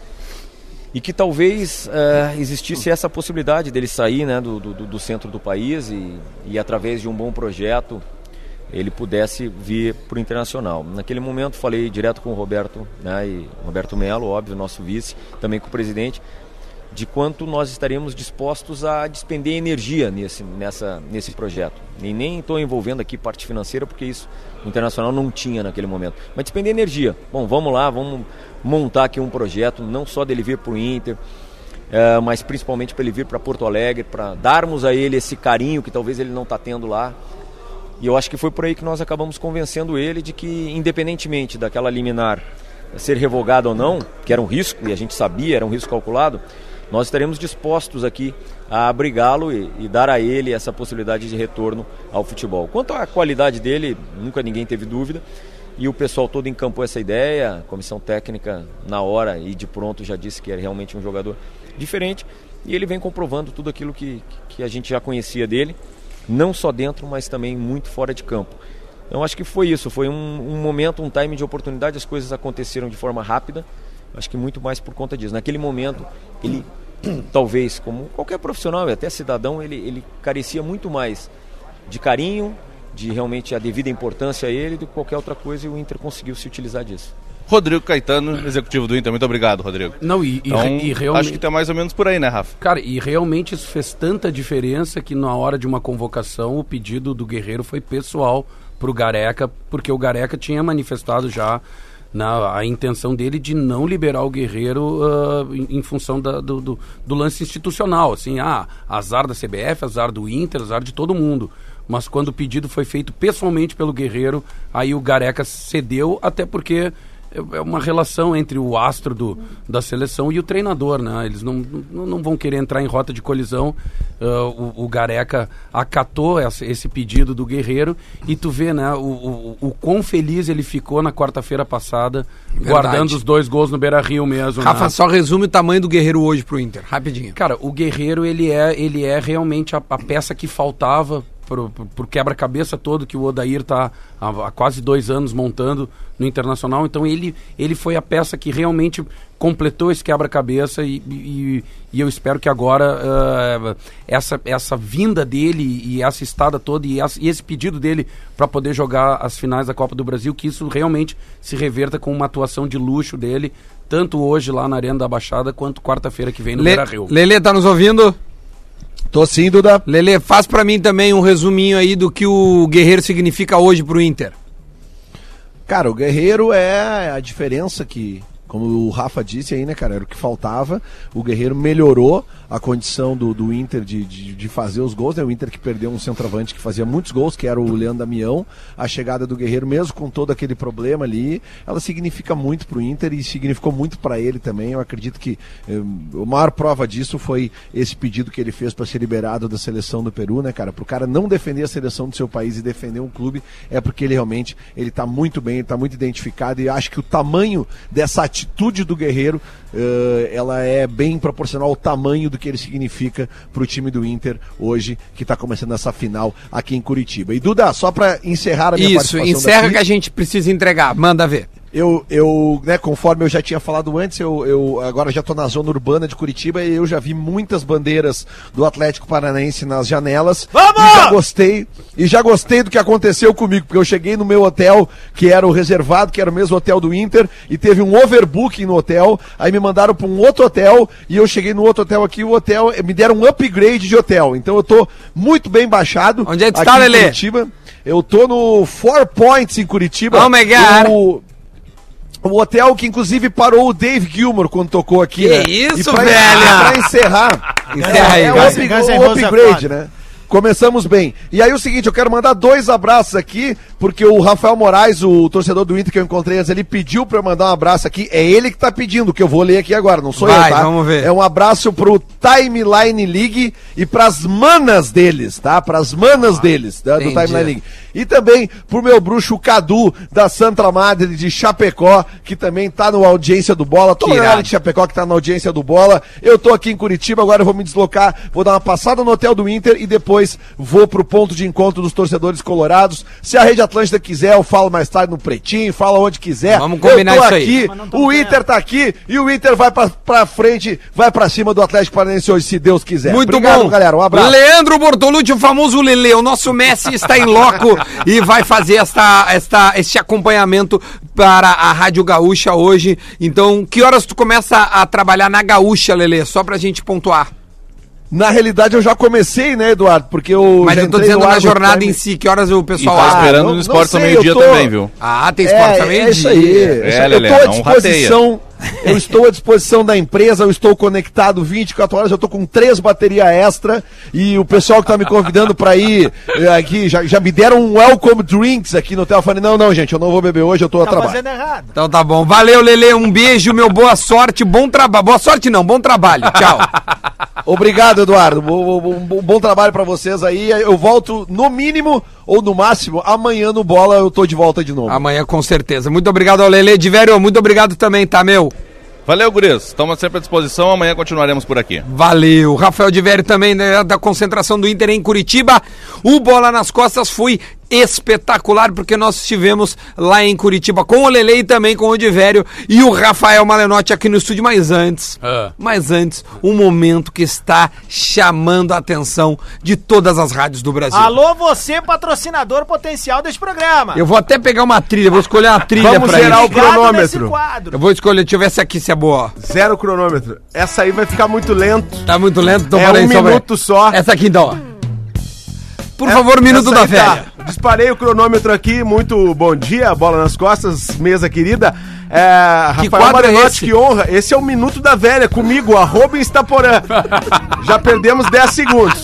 e que talvez é, existisse essa possibilidade dele sair, né, do, do, do centro do país e, e através de um bom projeto ele pudesse vir para o Internacional. Naquele momento falei direto com o Roberto, né, e Roberto Melo, óbvio, nosso vice, também com o presidente, de quanto nós estaríamos dispostos a despender energia nesse, nessa, nesse projeto. E nem estou envolvendo aqui parte financeira, porque isso o Internacional não tinha naquele momento. Mas despender energia. Bom, vamos lá, vamos montar aqui um projeto, não só dele vir para o Inter, é, mas principalmente para ele vir para Porto Alegre, para darmos a ele esse carinho que talvez ele não está tendo lá. E eu acho que foi por aí que nós acabamos convencendo ele de que, independentemente daquela liminar ser revogada ou não, que era um risco, e a gente sabia, era um risco calculado, nós estaremos dispostos aqui a abrigá-lo e, e dar a ele essa possibilidade de retorno ao futebol. Quanto à qualidade dele, nunca ninguém teve dúvida, e o pessoal todo encampou essa ideia, a comissão técnica na hora e de pronto já disse que era realmente um jogador diferente, e ele vem comprovando tudo aquilo que, que a gente já conhecia dele, não só dentro, mas também muito fora de campo. Então acho que foi isso, foi um, um momento, um time de oportunidade, as coisas aconteceram de forma rápida, acho que muito mais por conta disso. Naquele momento, ele, talvez, como qualquer profissional, até cidadão, ele, ele carecia muito mais de carinho, de realmente a devida importância a ele, do que qualquer outra coisa, e o Inter conseguiu se utilizar disso. Rodrigo Caetano, executivo do Inter, muito obrigado, Rodrigo. Não, e, então, e, e realmente... acho que tá mais ou menos por aí, né, Rafa? Cara, e realmente isso fez tanta diferença que na hora de uma convocação, o pedido do Guerreiro foi pessoal pro Gareca, porque o Gareca tinha manifestado já Na, a intenção dele de não liberar o Guerreiro uh, em, em função da, do, do, do lance institucional, assim, ah, azar da C B F, azar do Inter, azar de todo mundo, mas quando o pedido foi feito pessoalmente pelo Guerreiro, aí o Gareca cedeu, até porque é uma relação entre o astro do, da seleção e o treinador, né? Eles não, não, não vão querer entrar em rota de colisão. Uh, o, o Gareca acatou essa, esse pedido do Guerreiro e tu vê, né, o, o, o quão feliz ele ficou na quarta-feira passada, verdade, guardando os dois gols no Beira-Rio mesmo. Rafa, né? só resume o tamanho do Guerreiro hoje pro Inter, rapidinho. Cara, o Guerreiro, ele é, ele é realmente a, a peça que faltava Pro, pro, pro quebra-cabeça todo que o Odair está há, há quase dois anos montando no Internacional. Então ele, ele foi a peça que realmente completou esse quebra-cabeça e, e, e eu espero que agora uh, essa, essa vinda dele e essa estada toda e, essa, e esse pedido dele para poder jogar as finais da Copa do Brasil, que isso realmente se reverta com uma atuação de luxo dele, tanto hoje lá na Arena da Baixada, quanto quarta-feira que vem no Le, Beira-Rio. Lelê, tá nos ouvindo? Tô sim, Duda. Lelê, faz pra mim também um resuminho aí do que o Guerreiro significa hoje pro Inter. Cara, o Guerreiro é a diferença que, como o Rafa disse aí, né, cara, era o que faltava. O Guerreiro melhorou a condição do, do Inter de, de, de fazer os gols, né? O Inter que perdeu um centroavante que fazia muitos gols, que era o Leandro Damião. A chegada do Guerreiro, mesmo com todo aquele problema ali, ela significa muito pro Inter e significou muito para ele também. Eu acredito que eh, a maior prova disso foi esse pedido que ele fez para ser liberado da seleção do Peru, né, cara? Pro cara não defender a seleção do seu país e defender um clube, é porque ele realmente, ele tá muito bem, ele tá muito identificado, e acho que o tamanho dessa atitude do Guerreiro, uh, ela é bem proporcional ao tamanho do que ele significa pro time do Inter hoje, que tá começando essa final aqui em Curitiba. E Duda, só para encerrar a minha Isso, participação encerra daqui, que a gente precisa entregar, manda ver. Eu, eu, né, conforme eu já tinha falado antes, eu, eu agora já tô na zona urbana de Curitiba e eu já vi muitas bandeiras do Atlético Paranaense nas janelas. Vamos! E já gostei, e já gostei do que aconteceu comigo, porque eu cheguei no meu hotel, que era o reservado, que era o mesmo hotel do Inter, e teve um overbooking no hotel, aí me mandaram para um outro hotel, e eu cheguei no outro hotel aqui, o hotel, me deram um upgrade de hotel, então eu tô muito bem baixado. Onde é que tu tá, Lelê? Curitiba. Eu tô no Four Points em Curitiba. Oh my God! O... O hotel que inclusive parou o Dave Gilmour quando tocou aqui, que né? isso, pra, velho! Pra encerrar, Encerra aí, é, cara. o, up, o upgrade, né? Começamos bem. E aí o seguinte, eu quero mandar dois abraços aqui, porque o Rafael Moraes, o torcedor do Inter que eu encontrei antes, ele pediu pra eu mandar um abraço aqui. É ele que tá pedindo, que eu vou ler aqui agora, não sou Vai, eu, tá? Vamos ver. É um abraço pro Timeline League e pras manas deles, tá? Pras manas ah, deles, tá? Do Timeline League. E também pro meu bruxo Cadu, da Santa Madre de Chapecó, que também tá na audiência do Bola. Toda a galera de Chapecó que tá na audiência do Bola. Eu tô aqui em Curitiba, agora eu vou me deslocar, vou dar uma passada no hotel do Inter e depois vou pro ponto de encontro dos torcedores colorados. Se a Rede Atlântida quiser, eu falo mais tarde no Pretinho, fala onde quiser. Vamos combinar eu tô isso aqui, aí. O Inter tá aqui e o Inter vai pra, pra frente, vai pra cima do Atlético Paranaense hoje, se Deus quiser. Muito Obrigado, bom, galera. Um abraço. Leandro Bortolucci, o famoso Lelê, o nosso Messi está em loco e vai fazer esta, esta, este acompanhamento para a Rádio Gaúcha hoje. Então, que horas tu começa a trabalhar na Gaúcha, Lelê? Só pra gente pontuar. Na realidade eu já comecei, né, Eduardo? Porque eu. Mas eu tô dizendo na jornada em si, que horas o pessoal... E tá esperando ah, no esporte ao meio-dia tô... também, viu? Ah, tem esporte ao é, meio-dia. É isso aí. É, eu Lelê, tô à não disposição. Eu estou à disposição da empresa, eu estou conectado vinte e quatro horas, eu estou com três baterias extra e o pessoal que tá me convidando para ir aqui, já, já me deram um welcome drinks aqui no hotel. Eu falei, não, não, gente, eu não vou beber hoje, eu tô a tá trabalho. Fazendo errado. Então tá bom. Valeu, Lelê, um beijo, meu, boa sorte, bom trabalho. Boa sorte não, bom trabalho. Tchau. Obrigado, Eduardo. Bom, bom, bom, bom trabalho pra vocês aí. Eu volto no mínimo ou no máximo amanhã no Bola, eu tô de volta de novo. Amanhã com certeza. Muito obrigado ao Lelê de Vério. Muito obrigado também, tá, meu? Valeu, guris. Estamos sempre à disposição. Amanhã continuaremos por aqui. Valeu. Rafael de Vério também, né, da concentração do Inter em Curitiba. O Bola nas Costas foi espetacular, porque nós estivemos lá em Curitiba com o Lelê e também com o Odivério e o Rafael Malenotti aqui no estúdio, mas antes, uh. mas antes, um momento que está chamando a atenção de todas as rádios do Brasil. Alô, você, patrocinador potencial desse programa. Eu vou até pegar uma trilha, vou escolher uma trilha Vamos pra zerar isso. o cronômetro. Eu vou escolher, deixa eu ver essa aqui se é boa. Zero cronômetro. Essa aí vai ficar muito lento. Tá muito lento, então é um minuto só. Essa aqui então, ó. Por favor, minuto da velha. Tá. Disparei o cronômetro aqui, muito bom dia, Bola nas Costas, mesa querida. É, que Rafael Marenotti, é que honra. Esse é o Minuto da Velha, comigo, arroba Instaporã. Já perdemos dez segundos.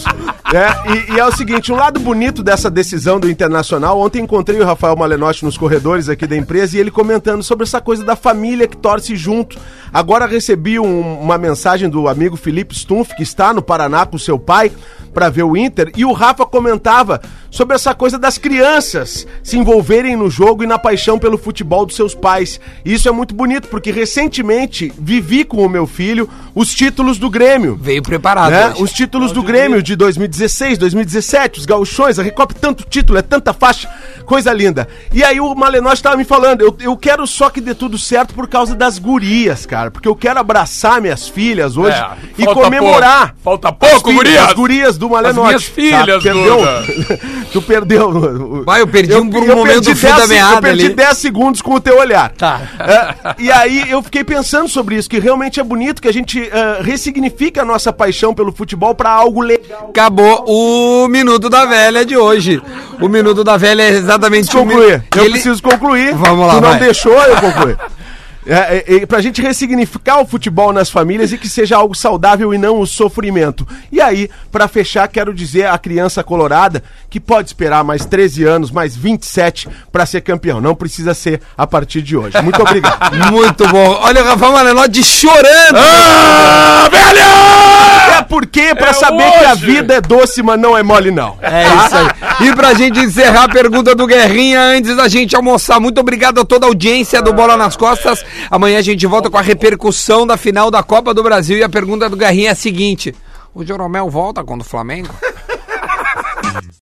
É, e, e é o seguinte, um lado bonito dessa decisão do Internacional, ontem encontrei o Rafael Malenotti nos corredores aqui da empresa e ele comentando sobre essa coisa da família que torce junto. Agora recebi um, uma mensagem do amigo Felipe Stumpf, que está no Paraná com seu pai, para ver o Inter, e o Rafa comentava sobre essa coisa das crianças se envolverem no jogo e na paixão pelo futebol dos seus pais. E isso é muito bonito, porque recentemente vivi com o meu filho os títulos do Grêmio. Veio preparado. Né? Os títulos do Grêmio de dois mil e dezesseis, dois mil e dezessete, os gauchões, a Recopa, tanto título, é tanta faixa, coisa linda. E aí o Malenotti estava me falando, eu, eu quero só que dê tudo certo por causa das gurias, cara, porque eu quero abraçar minhas filhas hoje é, e comemorar. Pouco. Falta pouco, filhas, gurias! As gurias do Malenotti. As minhas filhas, tá? Perdeu? Tu perdeu. Vai, eu perdi eu, um por um eu momento do fim da meada. Eu perdi dez segundos com o teu olhar. Tá. É, e aí eu fiquei pensando sobre isso, que realmente é bonito, que a gente uh, ressignifica a nossa paixão pelo futebol pra algo legal. Acabou o Minuto da Velha de hoje. O Minuto da Velha é exatamente... Concluir. Um... Eu Ele... preciso concluir. Vamos lá, Tu não vai. deixou eu concluir. É, é, é, pra gente ressignificar o futebol nas famílias e que seja algo saudável e não o sofrimento. E aí, pra fechar, quero dizer à criança colorada que pode esperar mais treze anos, mais vinte e sete pra ser campeão. Não precisa ser a partir de hoje. Muito obrigado. Muito bom. Olha o Rafael Malenotti chorando. Ah, velho! É porque pra é saber hoje. que a vida é doce, mas não é mole não. É isso aí. E pra gente encerrar a pergunta do Guerrinha antes da gente almoçar. Muito obrigado a toda a audiência do Bola nas Costas. Amanhã a gente volta com a repercussão da final da Copa do Brasil. E a pergunta do Guerrinha é a seguinte: o Jeromel volta contra o Flamengo?